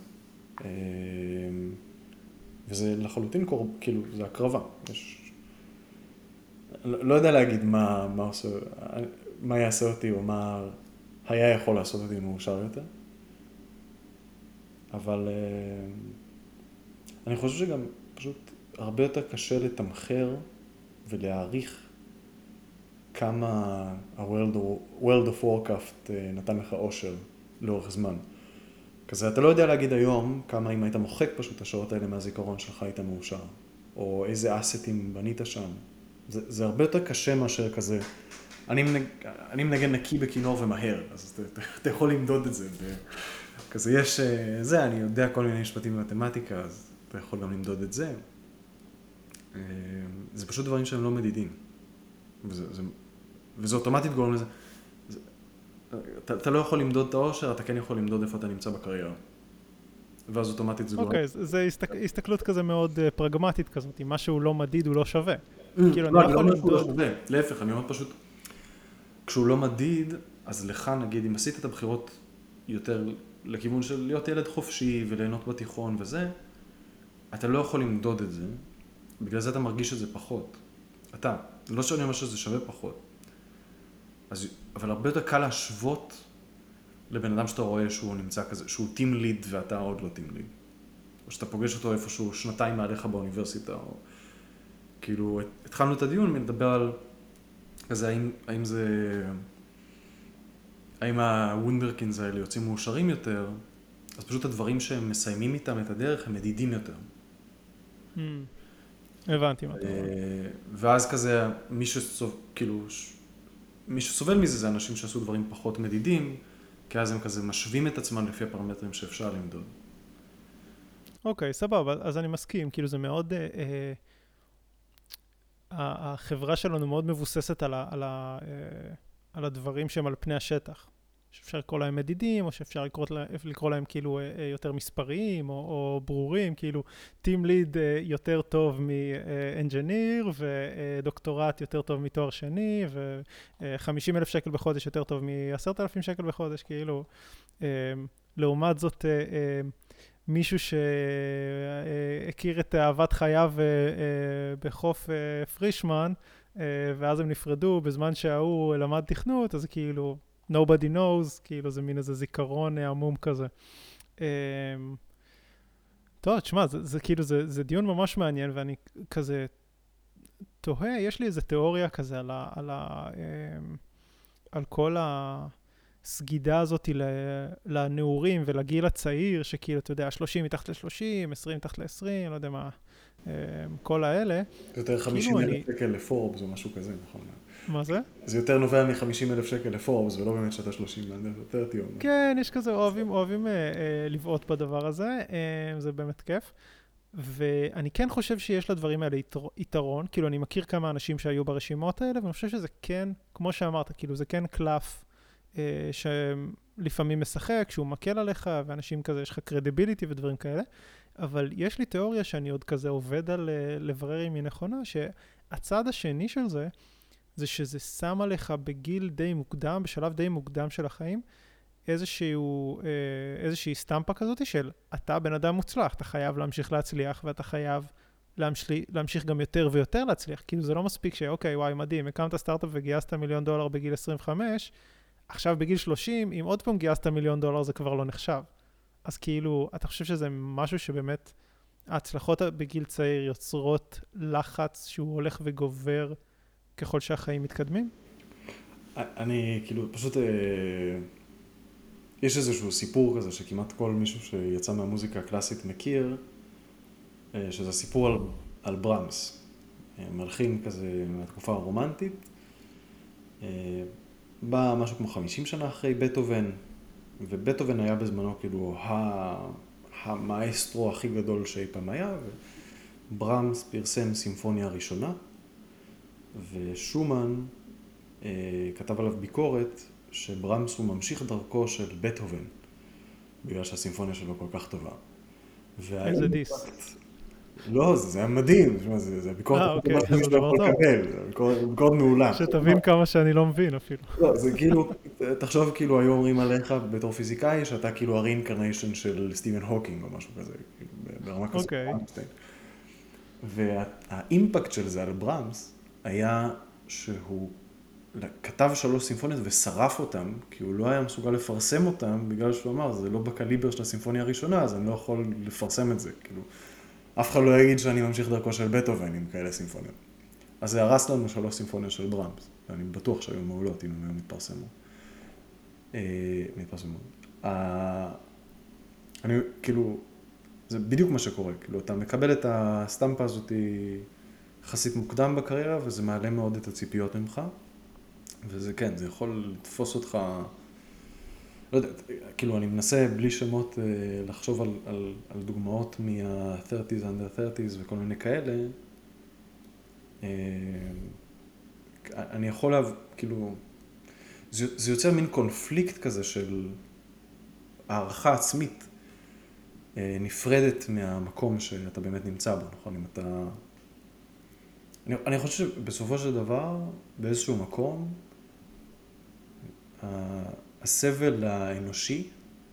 Speaker 1: וזה לחלוטין כאילו, זה הקרבה. לא יודע להגיד מה יעשה אותי או מה היה יכול לעשות אותי מאושר יותר. אבל אני חושב שגם פשוט הרבה יותר קשה לתמחר ולהעריך כמה ה-World of Warcraft נתן לך אושר לאורך זמן. כזה, אתה לא יודע להגיד היום כמה אם היית מוחק פשוט את השעות האלה מהזיכרון שלך היית מאושר, או איזה אסטים בנית שם. זה הרבה יותר קשה מאשר כזה, אני מנגן נקי בכינור ומהר, אז אתה יכול למדוד את זה. כזה יש, אני יודע כל מיני משפטים במתמטיקה, אז אתה יכול גם למדוד את זה. זה פשוט דברים שהם לא מדידים. וזה אוטומטית גורם לזה. אתה לא יכול למדוד את האושר, אתה כן יכול למדוד איפה אתה נמצא בקריירה. ואז אוטומטית זה גורם.
Speaker 2: אוקיי, זה הסתכלות כזה מאוד פרגמטית כזאת, אם משהו לא מדיד הוא לא שווה.
Speaker 1: כאילו אני לא יכול למדוד. להפך, אני אומר פשוט, כשהוא לא מדיד, אז לך נגיד, אם עשית את הבחירות יותר לכיוון של להיות ילד חופשי וליהנות בתיכון וזה, אתה לא יכול למדוד את זה, בגלל זה אתה מרגיש שזה פחות. לא שאני אומר שזה שווה פחות. אבל הרבה יותר קל להשוות לבן אדם שאתה רואה שהוא נמצא כזה, שהוא טים ליד ואתה עוד לא טים ליד. או שאתה פוגש אותו איפשהו שנתיים מעליך באוניברסיטה, או כאילו, התחלנו את הדיון מלדבר על כזה, האם הוונדרקינס האלה יוצאים מאושרים יותר, אז פשוט הדברים שהם מסיימים איתם את הדרך הם מדידים יותר.
Speaker 2: הבנתי מה אתה אומר.
Speaker 1: ואז כזה, מי שסובל מזה זה אנשים שעשו דברים פחות מדידים, כי אז הם כזה משווים את עצמם לפי הפרמטרים שאפשר למדוד.
Speaker 2: אוקיי, סבבה, אז אני מסכים, כאילו זה מאוד, החברה שלנו מאוד מבוססת על הדברים שהם על פני השטח. שאפשר לקרוא להם מדידים, או שאפשר לקרוא להם כאילו יותר מספריים, או ברורים, כאילו טים ליד יותר טוב מאנג'יניר, ודוקטורט יותר טוב מתואר שני, ו50,000 שקל בחודש יותר טוב מ10,000 שקל בחודש, כאילו. לעומת זאת, מישהו שהכיר את אהבת חייו בחוף פרישמן, ואז הם נפרדו בזמן שההוא למד תכנות, אז כאילו nobody knows, כאילו זה מין איזה זיכרון עמום כזה. טוב, תשמע, זה כאילו, זה דיון ממש מעניין, ואני כזה תוהה, יש לי איזה תיאוריה כזה על כל הסגידה הזאת לנעורים ולגיל הצעיר, שכאילו, אתה יודע, 30 מתחת ל-30, 20 מתחת ל-20, לא יודע מה, כל האלה.
Speaker 1: זה יותר 50,000 שקל לפורבס או משהו כזה, נכון?
Speaker 2: מה זה?
Speaker 1: זה יותר נובע מ50,000 שקל לפורבס, ולא באמת שאתה 30, יותר תיאום.
Speaker 2: כן, יש כזה, אוהבים לבעוט בדבר הזה, זה באמת כיף. ואני כן חושב שיש לדברים האלה יתרון, כאילו אני מכיר כמה אנשים שהיו ברשימות האלה, ואני חושב שזה כן, כמו שאמרת, כאילו זה כן קלף שלפעמים משחק, שהוא מקל עליך, ואנשים כזה, יש לך קרדיביליטי ודברים כאלה, אבל יש לי תיאוריה שאני עוד כזה עובד על לברר אם היא נכונה, שהצד השני של זה, זה שזה שם עליך בגיל די מוקדם, בשלב די מוקדם של החיים, איזושהי סטמפה כזאת של אתה בן אדם מוצלח, אתה חייב להמשיך להצליח, ואתה חייב להמשיך גם יותר ויותר להצליח. כאילו זה לא מספיק שאוקיי, וואי, מדהים, הקמת סטארט-אפ וגייסת $1,000,000 בגיל 25, עכשיו בגיל 30, אם עוד פעם גייסת $1,000,000 זה כבר לא נחשב. אז כאילו, אתה חושב שזה משהו שבאמת, ההצלחות בגיל צעיר יוצרות לחץ שהוא הולך וגובר ככל שהחיים מתקדמים?
Speaker 1: אני כאילו פשוט, יש איזשהו סיפור כזה שכמעט כל מישהו שיצא מהמוזיקה הקלאסית מכיר, שזה סיפור על ברמס, מלחין כזה מהתקופה הרומנטית, בא משהו כמו 50 שנה אחרי בטהובן, ובטהובן היה בזמנו כאילו המאסטרו הכי גדול שאי פעם היה, וברמס פרסם סימפוניה הראשונה, ושומן כתב עליו ביקורת שברמס הוא ממשיך דרכו של בטהובן, בגלל שהסימפוניה שלו כל כך טובה.
Speaker 2: איזה דיס.
Speaker 1: לא, זה היה מדהים, זה ביקורת הכי טובה
Speaker 2: אוקיי, זה
Speaker 1: שאתה
Speaker 2: דבר
Speaker 1: יכול
Speaker 2: טוב.
Speaker 1: לקבל, ביקורת מעולה.
Speaker 2: שתבין כמה שאני לא מבין אפילו.
Speaker 1: לא, זה כאילו, תחשוב כאילו היו אומרים עליך בתור פיזיקאי, שאתה כאילו הרeincarnation של סטיבן הוקינג או משהו כזה, כאילו, ברמה כזאת.
Speaker 2: אוקיי.
Speaker 1: והאימפקט של זה על ברמס היה שהוא כתב 3 סימפוניות ושרף אותם, כי הוא לא היה מסוגל לפרסם אותם, בגלל שהוא אמר, זה לא בקליבר של הסימפוניה הראשונה, אז אני לא יכול לפרסם את זה, כאילו. אף אחד לא יגיד שאני ממשיך דרכו של בטהובן עם כאלה סימפוניות. אז זה הרס לנו 3 סימפוניות של ברמס, ואני בטוח שהיו מעולות אם הם היו מתפרסמו. אני, כאילו, זה בדיוק מה שקורה, כאילו, אתה מקבל את הסטמפה הזאת יחסית מוקדם בקריירה, וזה מעלה מאוד את הציפיות ממך, וזה כן, זה יכול לתפוס אותך, לא יודע, כאילו, אני מנסה בלי שמות לחשוב על דוגמאות מה-30s, under 30s וכל מיני כאלה, אני יכול כאילו, זה יוצר מין קונפליקט כזה של הערכה עצמית נפרדת מהמקום שאתה באמת נמצא בו, נכון? אם אתה... אני חושב שבסופו של דבר, באיזשהו מקום, הסבל האנושי,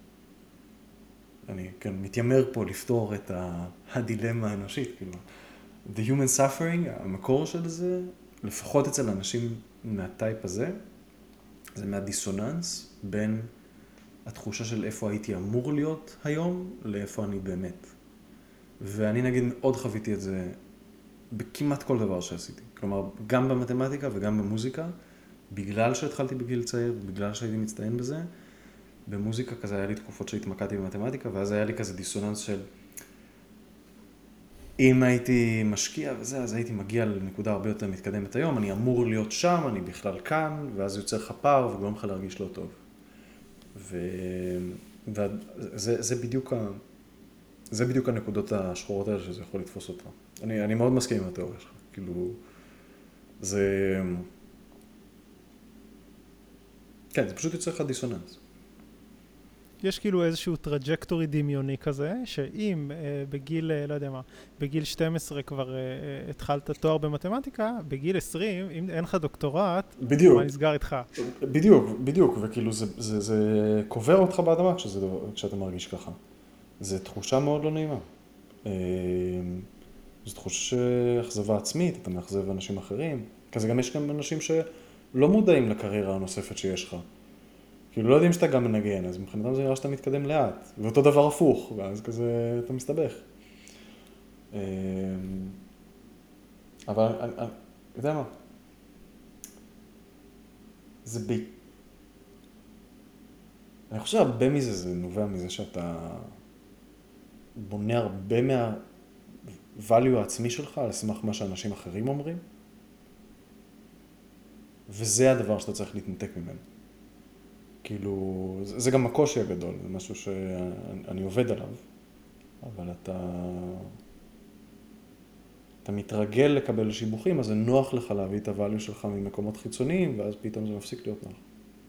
Speaker 1: אני כן מתיימר פה לפתור את הדילמה האנושית, כאילו, the human suffering, המקור של זה, לפחות אצל אנשים מהטייפ הזה, זה מהדיסוננס בין התחושה של איפה הייתי אמור להיות היום, לאיפה אני באמת. ואני נגיד מאוד חוויתי את זה בכמעט כל דבר שעשיתי. כלומר, גם במתמטיקה וגם במוזיקה, בגלל שהתחלתי בגיל צעיר, בגלל שהייתי מצטיין בזה, במוזיקה כזה היה לי תקופות שהתמקדתי במתמטיקה, ואז היה לי כזה דיסוננס של אם הייתי משקיע וזה, אז הייתי מגיע לנקודה הרבה יותר מתקדמת היום, אני אמור להיות שם, אני בכלל כאן, ואז יוצר לך פער וגורם לך להרגיש לא טוב. זה בדיוק הנקודות השחורות האלה שזה יכול לתפוס אותך. אני מאוד מסכים עם התיאוריה שלך. כאילו, זה... כן, זה פשוט יוצר לך דיסוננס.
Speaker 2: יש כאילו איזשהו טראג'קטורי דמיוני כזה, שאם בגיל, לא יודע מה, בגיל 12 כבר התחלת תואר במתמטיקה, בגיל 20, אם אין לך דוקטורט,
Speaker 1: בדיוק.
Speaker 2: מה נסגר איתך?
Speaker 1: בדיוק, וכאילו זה קובר אותך באדמה כשאתה מרגיש ככה. זה תחושה מאוד לא נעימה. זו תחושה שאכזבה עצמית, אתה מאכזב אנשים אחרים. כזה גם יש גם אנשים שלא מודעים לקריירה הנוספת שיש לך. כאילו לא יודעים שאתה גם מנגן, אז מבחינתם זה נראה שאתה מתקדם לאט. ואותו דבר הפוך, ואז כזה אתה מסתבך. אבל אני יודע מה? אני חושב הרבה מזה, זה נובע מזה שאתה בונה הרבה מהvalue העצמי שלך על סמך מה שאנשים אחרים אומרים. וזה הדבר שאתה צריך להתנתק ממנו. כאילו, זה גם הקושי הגדול, זה משהו שאני עובד עליו, אבל אתה מתרגל לקבל שיבוכים, אז זה נוח לך להביא את הvalue שלך ממקומות חיצוניים, ואז פתאום זה מפסיק להיות נוח.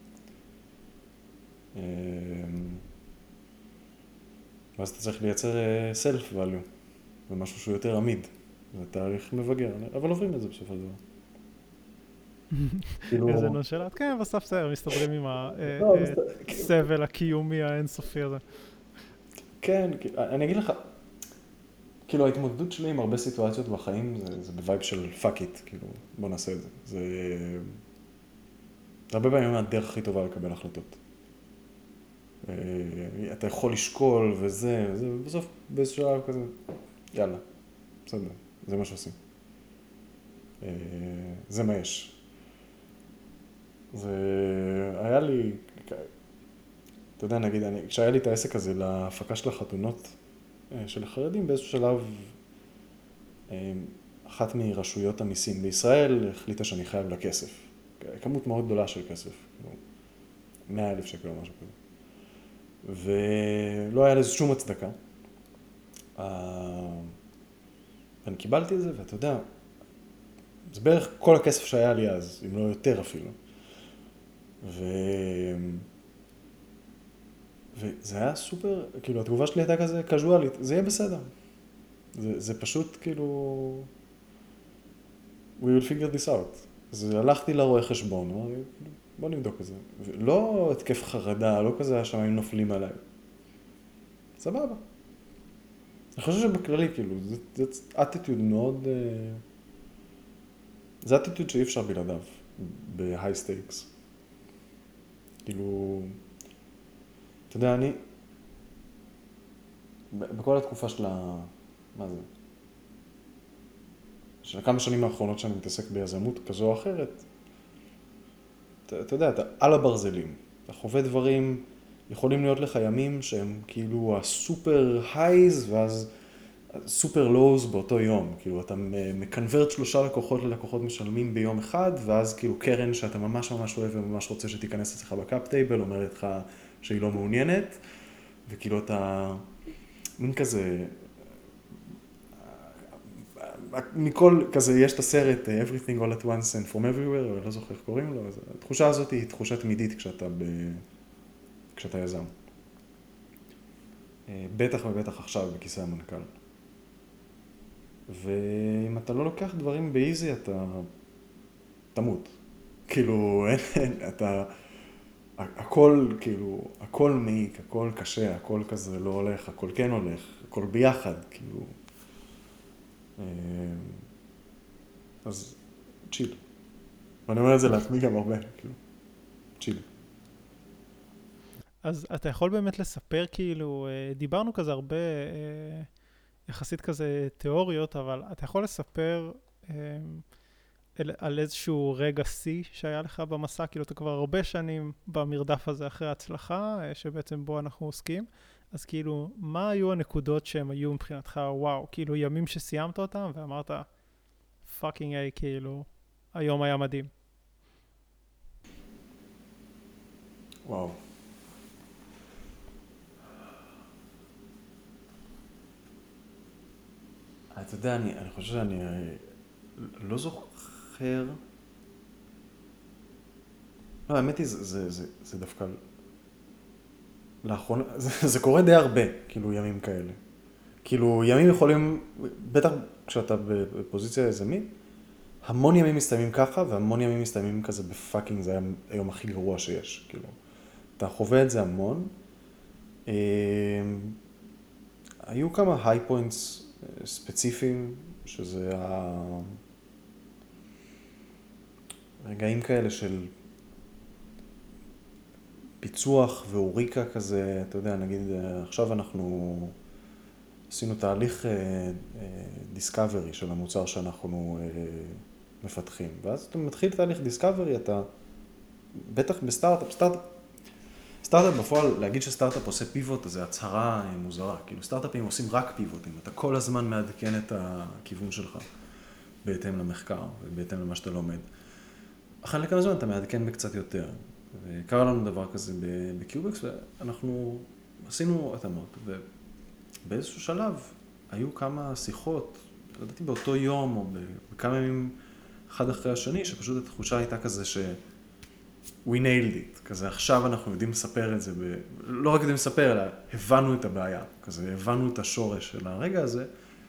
Speaker 1: ואז אתה צריך לייצר self-value, ומשהו שהוא יותר עמיד. זה תהליך מבגר, אבל עוברים את זה בסופו של דבר.
Speaker 2: איזה נושלת? כן, בסוף בסדר, מסתדרים עם הסבל הקיומי האינסופי הזה.
Speaker 1: כן, אני אגיד לך, כאילו ההתמודדות שלי עם הרבה סיטואציות בחיים, זה בווייב של fuck it, כאילו, בוא נעשה את זה. זה הרבה פעמים הדרך הכי טובה לקבל החלטות. אתה יכול לשקול וזה, ובסוף באיזשהו שלב כזה, יאללה, בסדר, זה מה שעושים. זה מה יש. זה היה לי, אתה יודע, נגיד, כשהיה לי את העסק הזה להפקה של החתונות של החרדים, באיזשהו שלב, אחת מרשויות המיסים בישראל החליטה שאני חייב לה כסף. כמות מאוד גדולה של כסף, 100,000 שקל או משהו כזה. ולא היה לזה שום הצדקה. אני קיבלתי את זה, ואתה יודע, זה בערך כל הכסף שהיה לי אז, אם לא יותר אפילו. וזה היה סופר, כאילו התגובה שלי הייתה כזה קזואלית, זה יהיה בסדר. זה פשוט כאילו, we will figure this out. אז הלכתי לרואה חשבון, אמרתי, בוא נבדוק את זה. לא התקף חרדה, לא כזה השמיים נופלים עליי. סבבה. אני חושב שבכללי, כאילו, זה אטיטוד מאוד, זה אטיטוד שאי אפשר בלעדיו, בהיי סטייקס. כאילו, אתה יודע, אני, בכל התקופה של מה זה? של כמה שנים האחרונות שאני מתעסק ביזמות כזו או אחרת, אתה יודע, אתה על הברזלים, אתה חווה דברים, יכולים להיות לך ימים שהם כאילו הסופר הייז ואז סופר לואוז באותו יום. כאילו אתה מקנברט 3 לקוחות ללקוחות משלמים ביום אחד, ואז כאילו קרן שאתה ממש ממש אוהב וממש רוצה שתיכנס אצלך בקאפ טייבל, אומרת לך שהיא לא מעוניינת, וכאילו אתה מין כזה, מכל כזה, יש את הסרט Everything All at Once and From Everywhere, אבל לא זוכר איך קוראים לו, התחושה הזאת היא תחושה תמידית כשאתה יזם. בטח ובטח עכשיו בכיסא המנכ"ל. ואם אתה לא לוקח דברים באיזי, אתה תמות. כאילו, אתה, הכל, כאילו, הכל מעיק, הכל קשה, הכל כזה לא הולך, הכל כן הולך, הכל ביחד, כאילו. אז צ'יל. ואני אומר את זה לעצמי גם הרבה, כאילו, צ'יל.
Speaker 2: אז אתה יכול באמת לספר, כאילו, דיברנו כזה הרבה, יחסית כזה תיאוריות, אבל אתה יכול לספר על איזשהו רגע שיא שהיה לך במסע, כאילו אתה כבר הרבה שנים במרדף הזה אחרי ההצלחה, שבעצם בו אנחנו עוסקים, אז כאילו, מה היו הנקודות שהם היו מבחינתך, וואו, כאילו ימים שסיימת אותם ואמרת, פאקינג איי, כאילו, היום היה מדהים.
Speaker 1: וואו. אתה יודע, אני חושב שאני לא זוכר. לא, האמת היא, זה דווקא לאחרונה, זה קורה די הרבה, כאילו, ימים כאלה. כאילו, ימים יכולים, בטח כשאתה בפוזיציה יזמית, המון ימים מסתיימים ככה, והמון ימים מסתיימים כזה בפאקינג, זה היום הכי גרוע שיש, כאילו. אתה חווה את זה המון. היו כמה היי פוינטס ספציפיים, שזה רגעים כאלה של פיצוח ואוריקה כזה, אתה יודע, נגיד, עכשיו אנחנו עשינו תהליך דיסקאברי של המוצר שאנחנו מפתחים, ואז אתה מתחיל תהליך דיסקאברי, אתה בטח בסטארט-אפ בפועל, להגיד שסטארט-אפ עושה פיבוט, זה הצהרה מוזרה, כאילו סטארט-אפים עושים רק פיבוטים, אתה כל הזמן מעדכן את הכיוון שלך, בהתאם למחקר ובהתאם למה שאתה לומד. אחרי לכמה זמן אתה מעדכן בקצת יותר, וקרה לנו דבר כזה בקיובקס, ואנחנו עשינו התאמות, ובאיזשהו שלב היו כמה שיחות, לא ידעתי באותו יום או בכמה ימים אחד אחרי השני, שפשוט התחושה הייתה כזה ש we nailed it, כזה עכשיו אנחנו יודעים לספר את זה, לא רק יודעים לספר, אלא הבנו את הבעיה, כזה הבנו את השורש של הרגע הזה,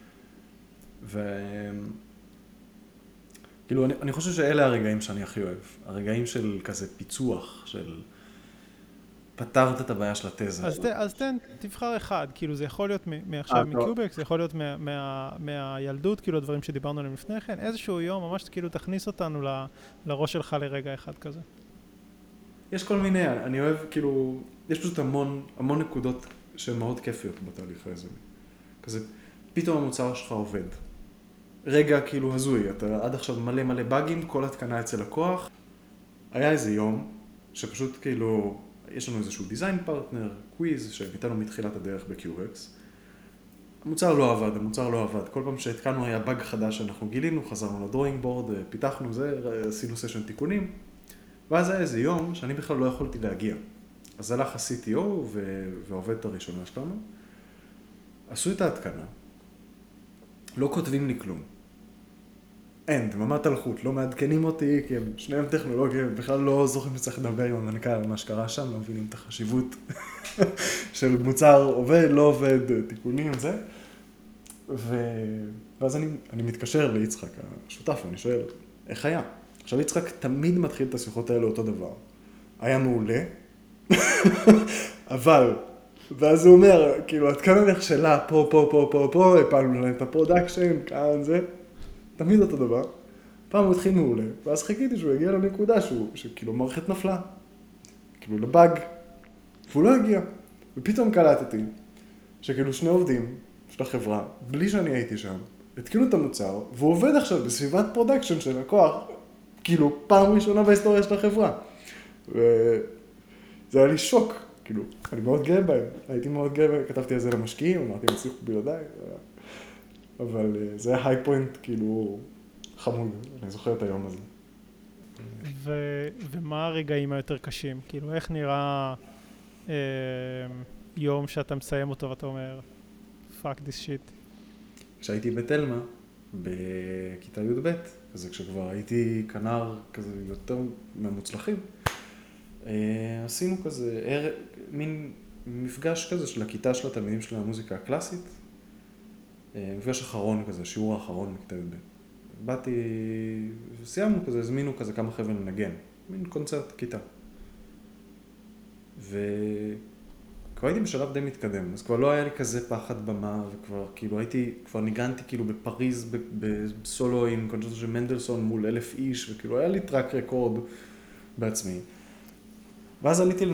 Speaker 1: כאילו אני חושב שאלה הרגעים שאני הכי אוהב, הרגעים של כזה פיצוח, של פתרת את הבעיה של התזה.
Speaker 2: אז תבחר אחד, כאילו זה יכול להיות מעכשיו מקיובקס, זה יכול להיות מהילדות, כאילו הדברים שדיברנו עליהם לפני כן, איזשהו יום ממש כאילו תכניס אותנו לראש שלך לרגע אחד כזה.
Speaker 1: יש כל מיני, אני אוהב, כאילו, יש פשוט המון נקודות שהן מאוד כיפיות בתהליך הזה. כזה, פתאום המוצר שלך עובד. רגע כאילו הזוי, אתה עד עכשיו מלא באגים, כל התקנה אצל לקוח. היה איזה יום שפשוט כאילו, יש לנו איזשהו דיזיין פרטנר, קוויז, שניתנו מתחילת הדרך בקיובקס. המוצר לא עבד. כל פעם שהתקנו היה באג חדש שאנחנו גילינו, חזרנו לדרוינג בורד, פיתחנו זה, עשינו סשן תיקונים. ואז היה איזה יום שאני בכלל לא יכולתי להגיע. אז הלך ה-CTO והעובדת הראשונה שלנו, עשו את ההתקנה, לא כותבים לי כלום. אין, דממת אלחוט, לא מעדכנים אותי, כי הם שניהם טכנולוגיה, בכלל לא זוכרים שצריך לדבר עם המנכ"ל על מה שקרה שם, לא מבינים את החשיבות של מוצר עובד, לא עובד, תיקונים, זה. ואז אני מתקשר ליצחק, השותף, ואני שואל, איך היה? עכשיו יצחק תמיד מתחיל את השיחות האלה אותו דבר. היה מעולה, אבל, ואז הוא אומר, כאילו, עד כמה נכשלה, פה, הפעלנו להם את הפרודקשן, כאן זה, תמיד אותו דבר. פעם הוא התחיל מעולה, ואז חיכיתי שהוא יגיע לנקודה שכאילו מערכת נפלה, כאילו לבאג, והוא לא הגיע. ופתאום קלטתי שכאילו שני עובדים של החברה, בלי שאני הייתי שם, התקינו את המוצר, והוא עובד עכשיו בסביבת פרודקשן של לקוח, כאילו פעם ראשונה בהיסטוריה של החברה. וזה היה לי שוק, כאילו, אני מאוד גאה בהם, הייתי מאוד גאה בהם, כתבתי על זה למשקיעים, אמרתי, הם הצליחו בלעדיי, אבל זה היה היי פוינט, כאילו, חמוד, אני זוכר את היום הזה.
Speaker 2: ומה הרגעים היותר קשים? כאילו, איך נראה יום שאתה מסיים אותו ואתה אומר, fuck this shit?
Speaker 1: כשהייתי בתלמה, בכיתה י"ב, אז כשכבר הייתי כנר כזה יותר מהמוצלחים, עשינו כזה מין מפגש כזה של הכיתה של התלמידים של המוזיקה הקלאסית, מפגש אחרון כזה, שיעור האחרון מכיתה י"ב. באתי, וסיימנו כזה, הזמינו כזה כמה חבר'ה לנגן, מין קונצרט כיתה. וכבר הייתי בשלב די מתקדם, אז כבר לא היה לי כזה פחד במה, וכבר כאילו כבר ניגנתי כאילו בפריז בסולו עם קונצ'רטו של מנדלסון מול 1,000 איש, וכאילו היה לי טראק רקורד בעצמי. ואז עליתי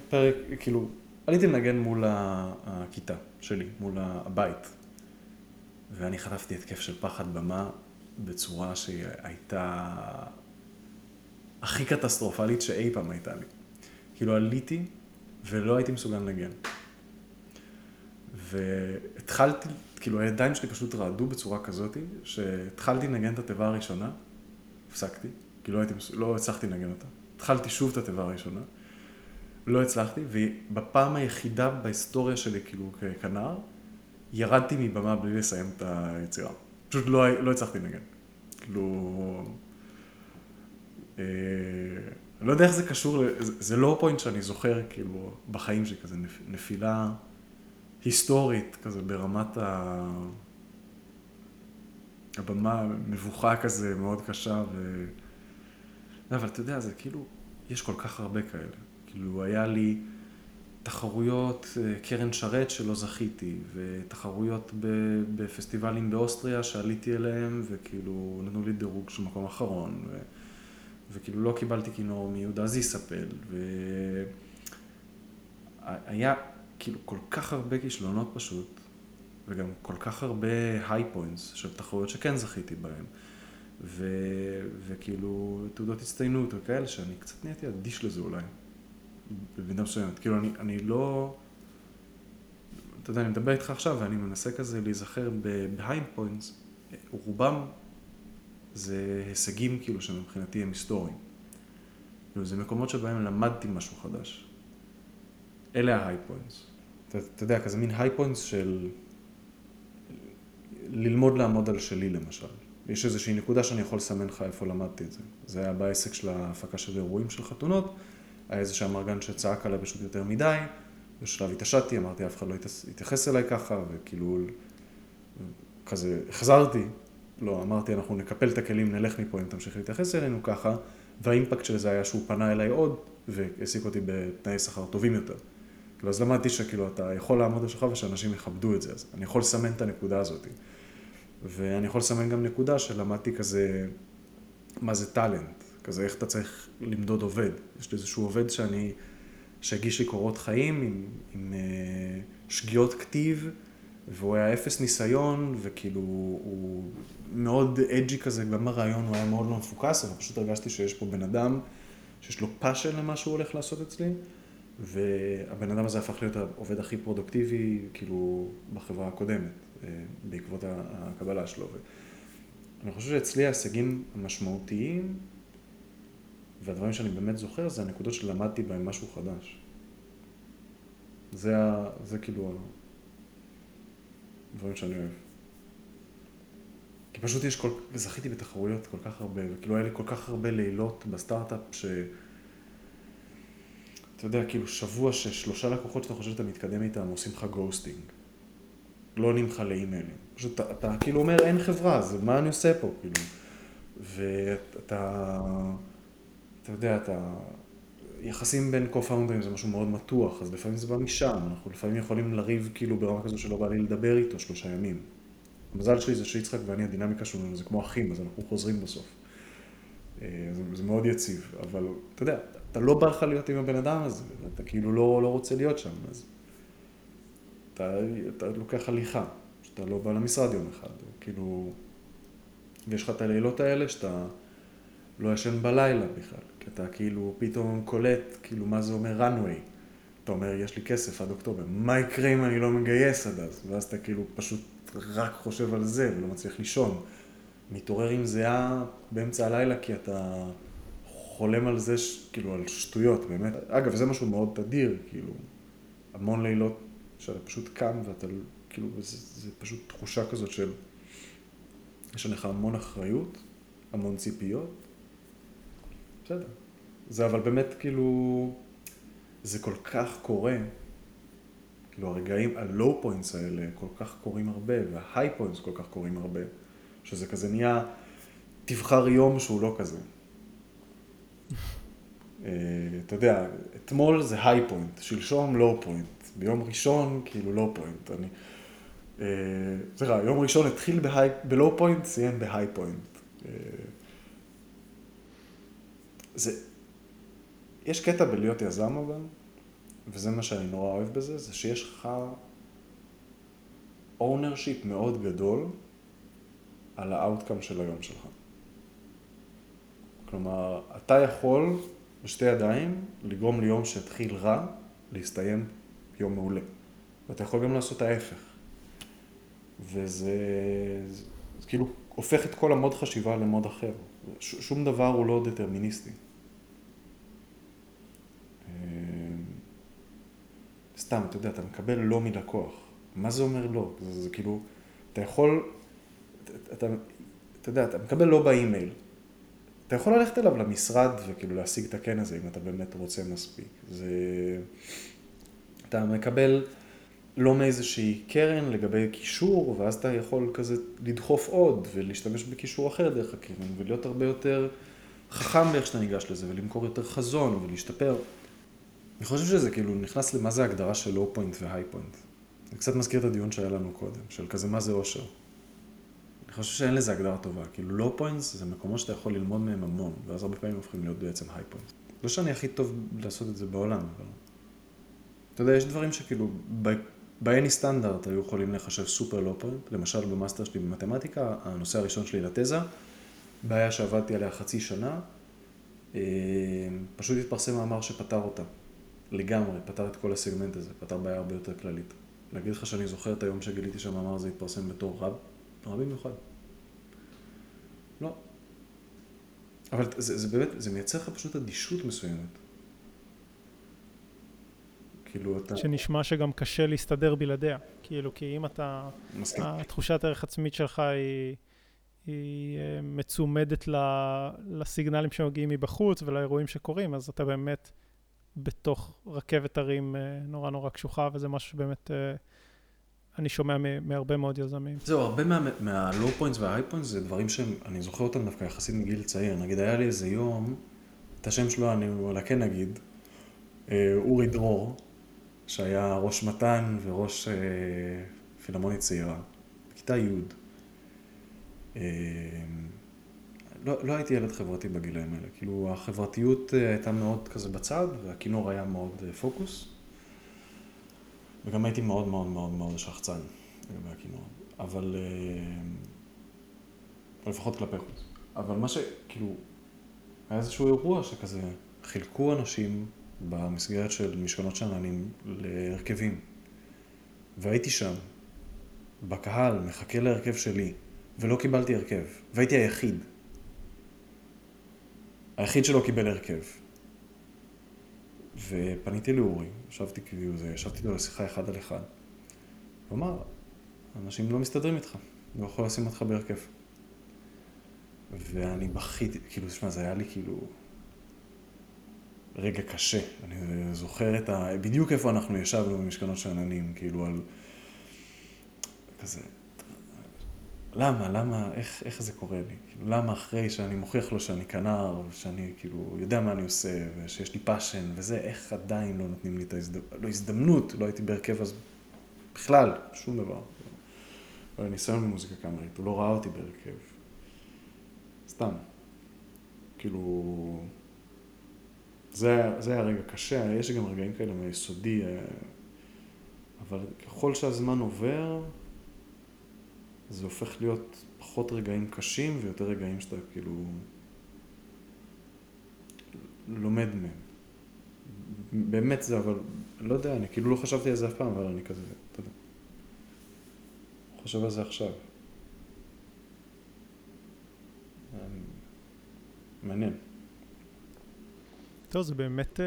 Speaker 1: לנגן מול הכיתה שלי, מול הבית. ואני חטפתי התקף של פחד במה בצורה שהייתה הכי קטסטרופלית שאי פעם הייתה לי. כאילו עליתי ולא הייתי מסוגל לנגן. והתחלתי, כאילו הידיים שלי פשוט רעדו בצורה כזאת, שהתחלתי לנגן את התיבה הראשונה, הפסקתי, כי לא הצלחתי לנגן אותה. התחלתי שוב את התיבה הראשונה, לא הצלחתי, ובפעם היחידה בהיסטוריה שלי, כאילו כנער, ירדתי מבמה בלי לסיים את היצירה. פשוט לא הצלחתי לנגן. כאילו... אני לא יודע איך זה קשור, זה לא פוינט שאני זוכר, כאילו, בחיים שלי, כזה נפילה היסטורית, כזה ברמת הבמה, מבוכה כזה, מאוד קשה, אבל אתה יודע, זה כאילו, יש כל כך הרבה כאלה. כאילו, היה לי תחרויות קרן שרת שלא זכיתי, ותחרויות בפסטיבלים באוסטריה שעליתי אליהם, וכאילו, נתנו לי דירוג של מקום אחרון, וכאילו לא קיבלתי כינור מיהודה זיסאפל, והיה כאילו כל כך הרבה כישלונות פשוט, וגם כל כך הרבה היי פוינטס של תחרויות שכן זכיתי בהם, וכאילו תעודות הצטיינות וכאלה, שאני קצת נהייתי אדיש לזה אולי, במידה מסוימת. כאילו אני לא, אתה יודע, אני מדבר איתך עכשיו ואני מנסה כזה להיזכר בהיי פוינטס, רובם זה הישגים כאילו שמבחינתי הם היסטוריים. זה מקומות שבהם למדתי משהו חדש. אלה ההיי פוינטס. אתה יודע, כזה מין היי פוינטס של ללמוד לעמוד על שלי למשל. יש איזושהי נקודה שאני יכול לסמן לך איפה למדתי את זה. זה היה בעסק של ההפקה של אירועים של חתונות, היה איזה שהמרגן שצעק עליי פשוט יותר מדי, בשלב התעשתי, אמרתי, אף אחד לא יתייחס אליי ככה, וכאילו כזה החזרתי, לא, אמרתי, אנחנו נקפל את הכלים, נלך מפה אם תמשיך להתייחס אלינו ככה, והאימפקט של זה היה שהוא פנה אליי עוד, והעסיק אותי בתנאי שכר טובים יותר. אז למדתי שכאילו אתה יכול לעמוד על שלך ושאנשים יכבדו את זה, אז אני יכול לסמן את הנקודה הזאת. ואני יכול לסמן גם נקודה שלמדתי כזה, מה זה טלנט, כזה איך אתה צריך למדוד עובד. יש לי איזשהו עובד שהגיש לי קורות חיים עם שגיאות כתיב, והוא היה אפס ניסיון, וכאילו הוא מאוד אג'י כזה, גם הרעיון הוא היה מאוד לא מפוקס, אבל פשוט הרגשתי שיש פה בן אדם שיש לו פאשן למה שהוא הולך לעשות אצלי, והבן אדם הזה הפך להיות העובד הכי פרודוקטיבי, כאילו, בחברה הקודמת, בעקבות הקבלה שלו. אני חושב שאצלי ההישגים המשמעותיים, והדברים שאני באמת זוכר, זה הנקודות שלמדתי בהם משהו חדש. זה כאילו הדברים שאני אוהב. כי פשוט זכיתי בתחרויות כל כך הרבה, וכאילו היה לי כל כך הרבה לילות בסטארט-אפ אתה יודע, כאילו שבוע ששלושה לקוחות שאתה חושב שאתה מתקדם איתם, עושים לך גוסטינג. לא עונים לך לאימיילים. פשוט אתה כאילו אומר, אין חברה, אז מה אני עושה פה, כאילו? ואתה, אתה יודע, יחסים בין קו-פאונדרים זה משהו מאוד מתוח, אז לפעמים זה בא משם, אנחנו לפעמים יכולים לריב כאילו ברמה כזו שלא בא לי לדבר איתו 3 ימים. המזל שלי זה שיצחק ואני, הדינמיקה שלנו זה כמו אחים, אז אנחנו חוזרים בסוף. זה מאוד יציב, אבל אתה יודע, אתה לא בא לך להיות עם הבן אדם הזה, אתה כאילו לא רוצה להיות שם, אז אתה לוקח הליכה, שאתה לא בא למשרד יום אחד, כאילו, ויש לך את הלילות האלה שאתה לא ישן בלילה בכלל, כי אתה כאילו פתאום קולט, כאילו מה זה אומר runway, אתה אומר יש לי כסף עד אוקטובר, מה יקרה אם אני לא מגייס עד אז, ואז אתה כאילו פשוט רק חושב על זה ולא מצליח לישון, מתעורר עם זהה באמצע הלילה כי אתה חולם על זה, כאילו על שטויות באמת, אגב זה משהו מאוד תדיר, כאילו המון לילות שאתה פשוט קם ואתה כאילו, זה פשוט תחושה כזאת של יש לך המון אחריות, המון ציפיות, בסדר. זה אבל באמת כאילו, זה כל כך קורה, כאילו הרגעים, הלואו פוינטס האלה כל כך קורים הרבה, וההיי פוינטס כל כך קורים הרבה, שזה כזה נהיה, תבחר יום שהוא לא כזה. אתה יודע, אתמול זה היי פוינט, שלשום לואו פוינט, ביום ראשון כאילו לואו פוינט. זה רע, יום ראשון התחיל בלואו פוינט, סיים בהיי פוינט. יש קטע בלהיות יזם אבל, וזה מה שאני נורא אוהב בזה, זה שיש לך ownership מאוד גדול על האוטקאם של היום שלך. כלומר, אתה יכול בשתי ידיים לגרום ליום שהתחיל רע, להסתיים יום מעולה. ואתה יכול גם לעשות ההפך. וזה כאילו הופך את כל המוד חשיבה למוד אחר. שום דבר הוא לא דטרמיניסטי. סתם, אתה יודע, אתה מקבל לא מלקוח. מה זה אומר לא? זה כאילו, אתה יכול, אתה יודע, אתה מקבל לא באימייל. אתה יכול ללכת אליו למשרד וכאילו להשיג את הכן הזה, אם אתה באמת רוצה מספיק. אתה מקבל לא מאיזושהי קרן לגבי קישור, ואז אתה יכול כזה לדחוף עוד ולהשתמש בקישור אחר דרך הקרן, ולהיות הרבה יותר חכם באיך שאתה ניגש לזה, ולמכור יותר חזון ולהשתפר. אני חושב שזה כאילו נכנס למה זה ההגדרה של לואו פוינט והיי פוינט. זה קצת מזכיר את הדיון שהיה לנו קודם, של כזה מה זה אושר. אני חושב שאין לזה הגדרה טובה, כאילו לואו פוינטס זה מקומות שאתה יכול ללמוד מהם המון, ואז הרבה פעמים הופכים להיות בעצם היי פוינטס. לא שאני הכי טוב לעשות את זה בעולם, אבל... אתה יודע, יש דברים שכאילו, ב-any סטנדרט היו יכולים לחשב סופר לואו פוינט, למשל במאסטר שלי במתמטיקה, הנושא הראשון שלי לתזה, בעיה שעבדתי עליה חצי שנה, פשוט התפרסם מאמר שפתר אותה, לגמרי, פתר את כל הסגמנט הזה, פתר בעיה הרבה יותר כללית. להגיד לך שאני זוכר את היום שגיליתי שהמאמר הזה התפרסם בתור רב במיוחד. לא. אבל זה באמת, זה מייצר לך פשוט אדישות מסוימת. כאילו אתה...
Speaker 2: שנשמע שגם קשה להסתדר בלעדיה. כאילו, כי אם אתה...
Speaker 1: מסכים.
Speaker 2: התחושת הערך עצמית שלך היא מצומדת לסיגנלים שמגיעים מבחוץ ולאירועים שקורים, אז אתה באמת בתוך רכבת הרים נורא נורא קשוחה, וזה משהו שבאמת אני שומע מהרבה מאוד יזמים.
Speaker 1: זהו, הרבה מה-low points וה-high points זה דברים שאני זוכר אותם דווקא יחסית מגיל צעיר. נגיד, היה לי איזה יום, את השם שלו אני אולי כן נגיד, אורי דרור, שהיה ראש מתן וראש פילהרמונית צעירה, בכיתה י'. לא הייתי ילד חברתי בגילאים האלה, כאילו החברתיות הייתה מאוד כזה בצד, והכינור היה מאוד פוקוס, וגם הייתי מאוד מאוד מאוד מאוד שחצן לגבי הכינור, אבל לפחות כלפי חוץ. אבל מה שכאילו, היה איזשהו אירוע שכזה חילקו אנשים במסגרת של משכנות שעננים להרכבים, והייתי שם, בקהל, מחכה להרכב שלי, ולא קיבלתי הרכב, והייתי היחיד שלא קיבל הרכב. ופניתי לאורי, ישבתי לו לשיחה אחד על אחד. הוא אמר, אנשים לא מסתדרים איתך, לא יכול לשים אותך בהרכב. ואני בכיתי, כאילו, תשמע, זה היה לי כאילו רגע קשה. אני זוכר בדיוק איפה אנחנו ישבנו במשכנות שעננים, כאילו על כזה, למה, איך זה קורה לי? כאילו, למה אחרי שאני מוכיח לו שאני כנר, ושאני כאילו יודע מה אני עושה, ושיש לי פאשן וזה, איך עדיין לא נותנים לי את ההזדמנות, לא הייתי בהרכב אז בכלל, שום דבר. לא היה ניסיון במוזיקה קאמרית, הוא לא ראה אותי בהרכב. סתם. כאילו, זה היה רגע קשה, יש גם רגעים כאלה מיסודי, אבל ככל שהזמן עובר, זה הופך להיות פחות רגעים קשים ויותר רגעים שאתה כאילו לומד מהם. באמת זה, אבל לא יודע, אני כאילו לא חשבתי על זה אף פעם, אבל אני כזה, אתה יודע. חושב על זה עכשיו. מעניין.
Speaker 2: טוב, זה באמת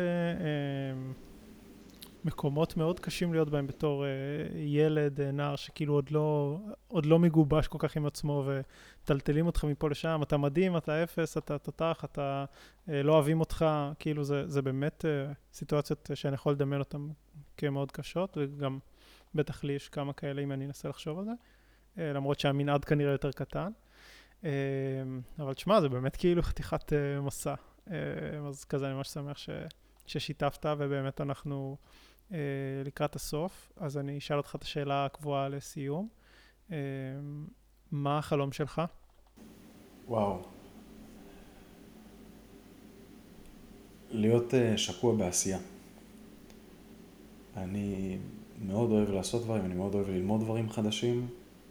Speaker 2: מקומות מאוד קשים להיות בהם בתור ילד, נער, שכאילו עוד לא מגובש כל כך עם עצמו, וטלטלים אותך מפה לשם, אתה מדהים, אתה אפס, אתה תותח, אתה לא אוהבים אותך, כאילו זה באמת סיטואציות שאני יכול לדמיין אותן כמאוד קשות, וגם בטח לי יש כמה כאלה אם אני אנסה לחשוב על זה, למרות שהמנעד כנראה יותר קטן. אבל תשמע, זה באמת כאילו חתיכת מסע. אז כזה אני ממש שמח ששיתפת, ובאמת אנחנו לקראת הסוף. אז אני אשאל אותך את השאלה הקבועה לסיום. מה החלום שלך?
Speaker 1: וואו. להיות שקוע בעשייה. אני מאוד אוהב לעשות דברים, אני מאוד אוהב ללמוד דברים חדשים.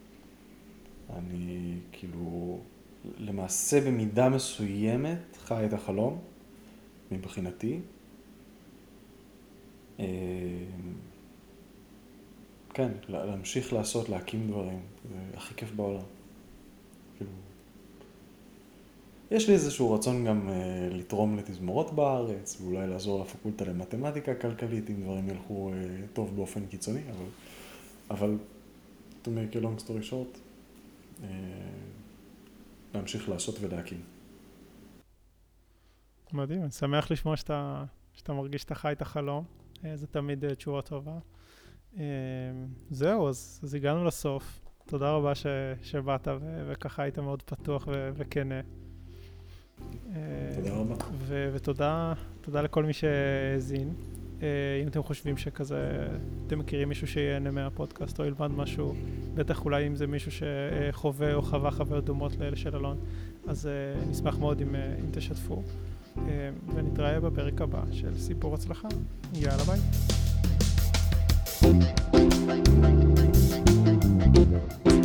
Speaker 1: אני כאילו למעשה במידה מסוימת חי את החלום מבחינתי. כן, להמשיך לעשות, להקים דברים, זה הכי כיף בעולם. כאילו, יש לי איזשהו רצון גם לתרום לתזמורות בארץ, ואולי לעזור לפקולטה למתמטיקה כלכלית, אם דברים ילכו טוב באופן קיצוני, אבל to make a long story short, להמשיך לעשות ולהקים.
Speaker 2: מדהים, אני שמח לשמוע שאתה מרגיש שאתה חי את החלום. זה תמיד תשובה טובה. זהו, אז הגענו לסוף. תודה רבה שבאת וככה היית מאוד פתוח וכנה.
Speaker 1: תודה רבה.
Speaker 2: ותודה לכל מי שהאזין. אם אתם חושבים שכזה, אתם מכירים מישהו שיהנה מהפודקאסט או ילמד משהו, בטח אולי אם זה מישהו שחווה או חווה חוויות דומות לאלה של אלון, אז נשמח מאוד אם תשתפו. ונתראה בפרק הבא של סיפור הצלחה. יאללה ביי.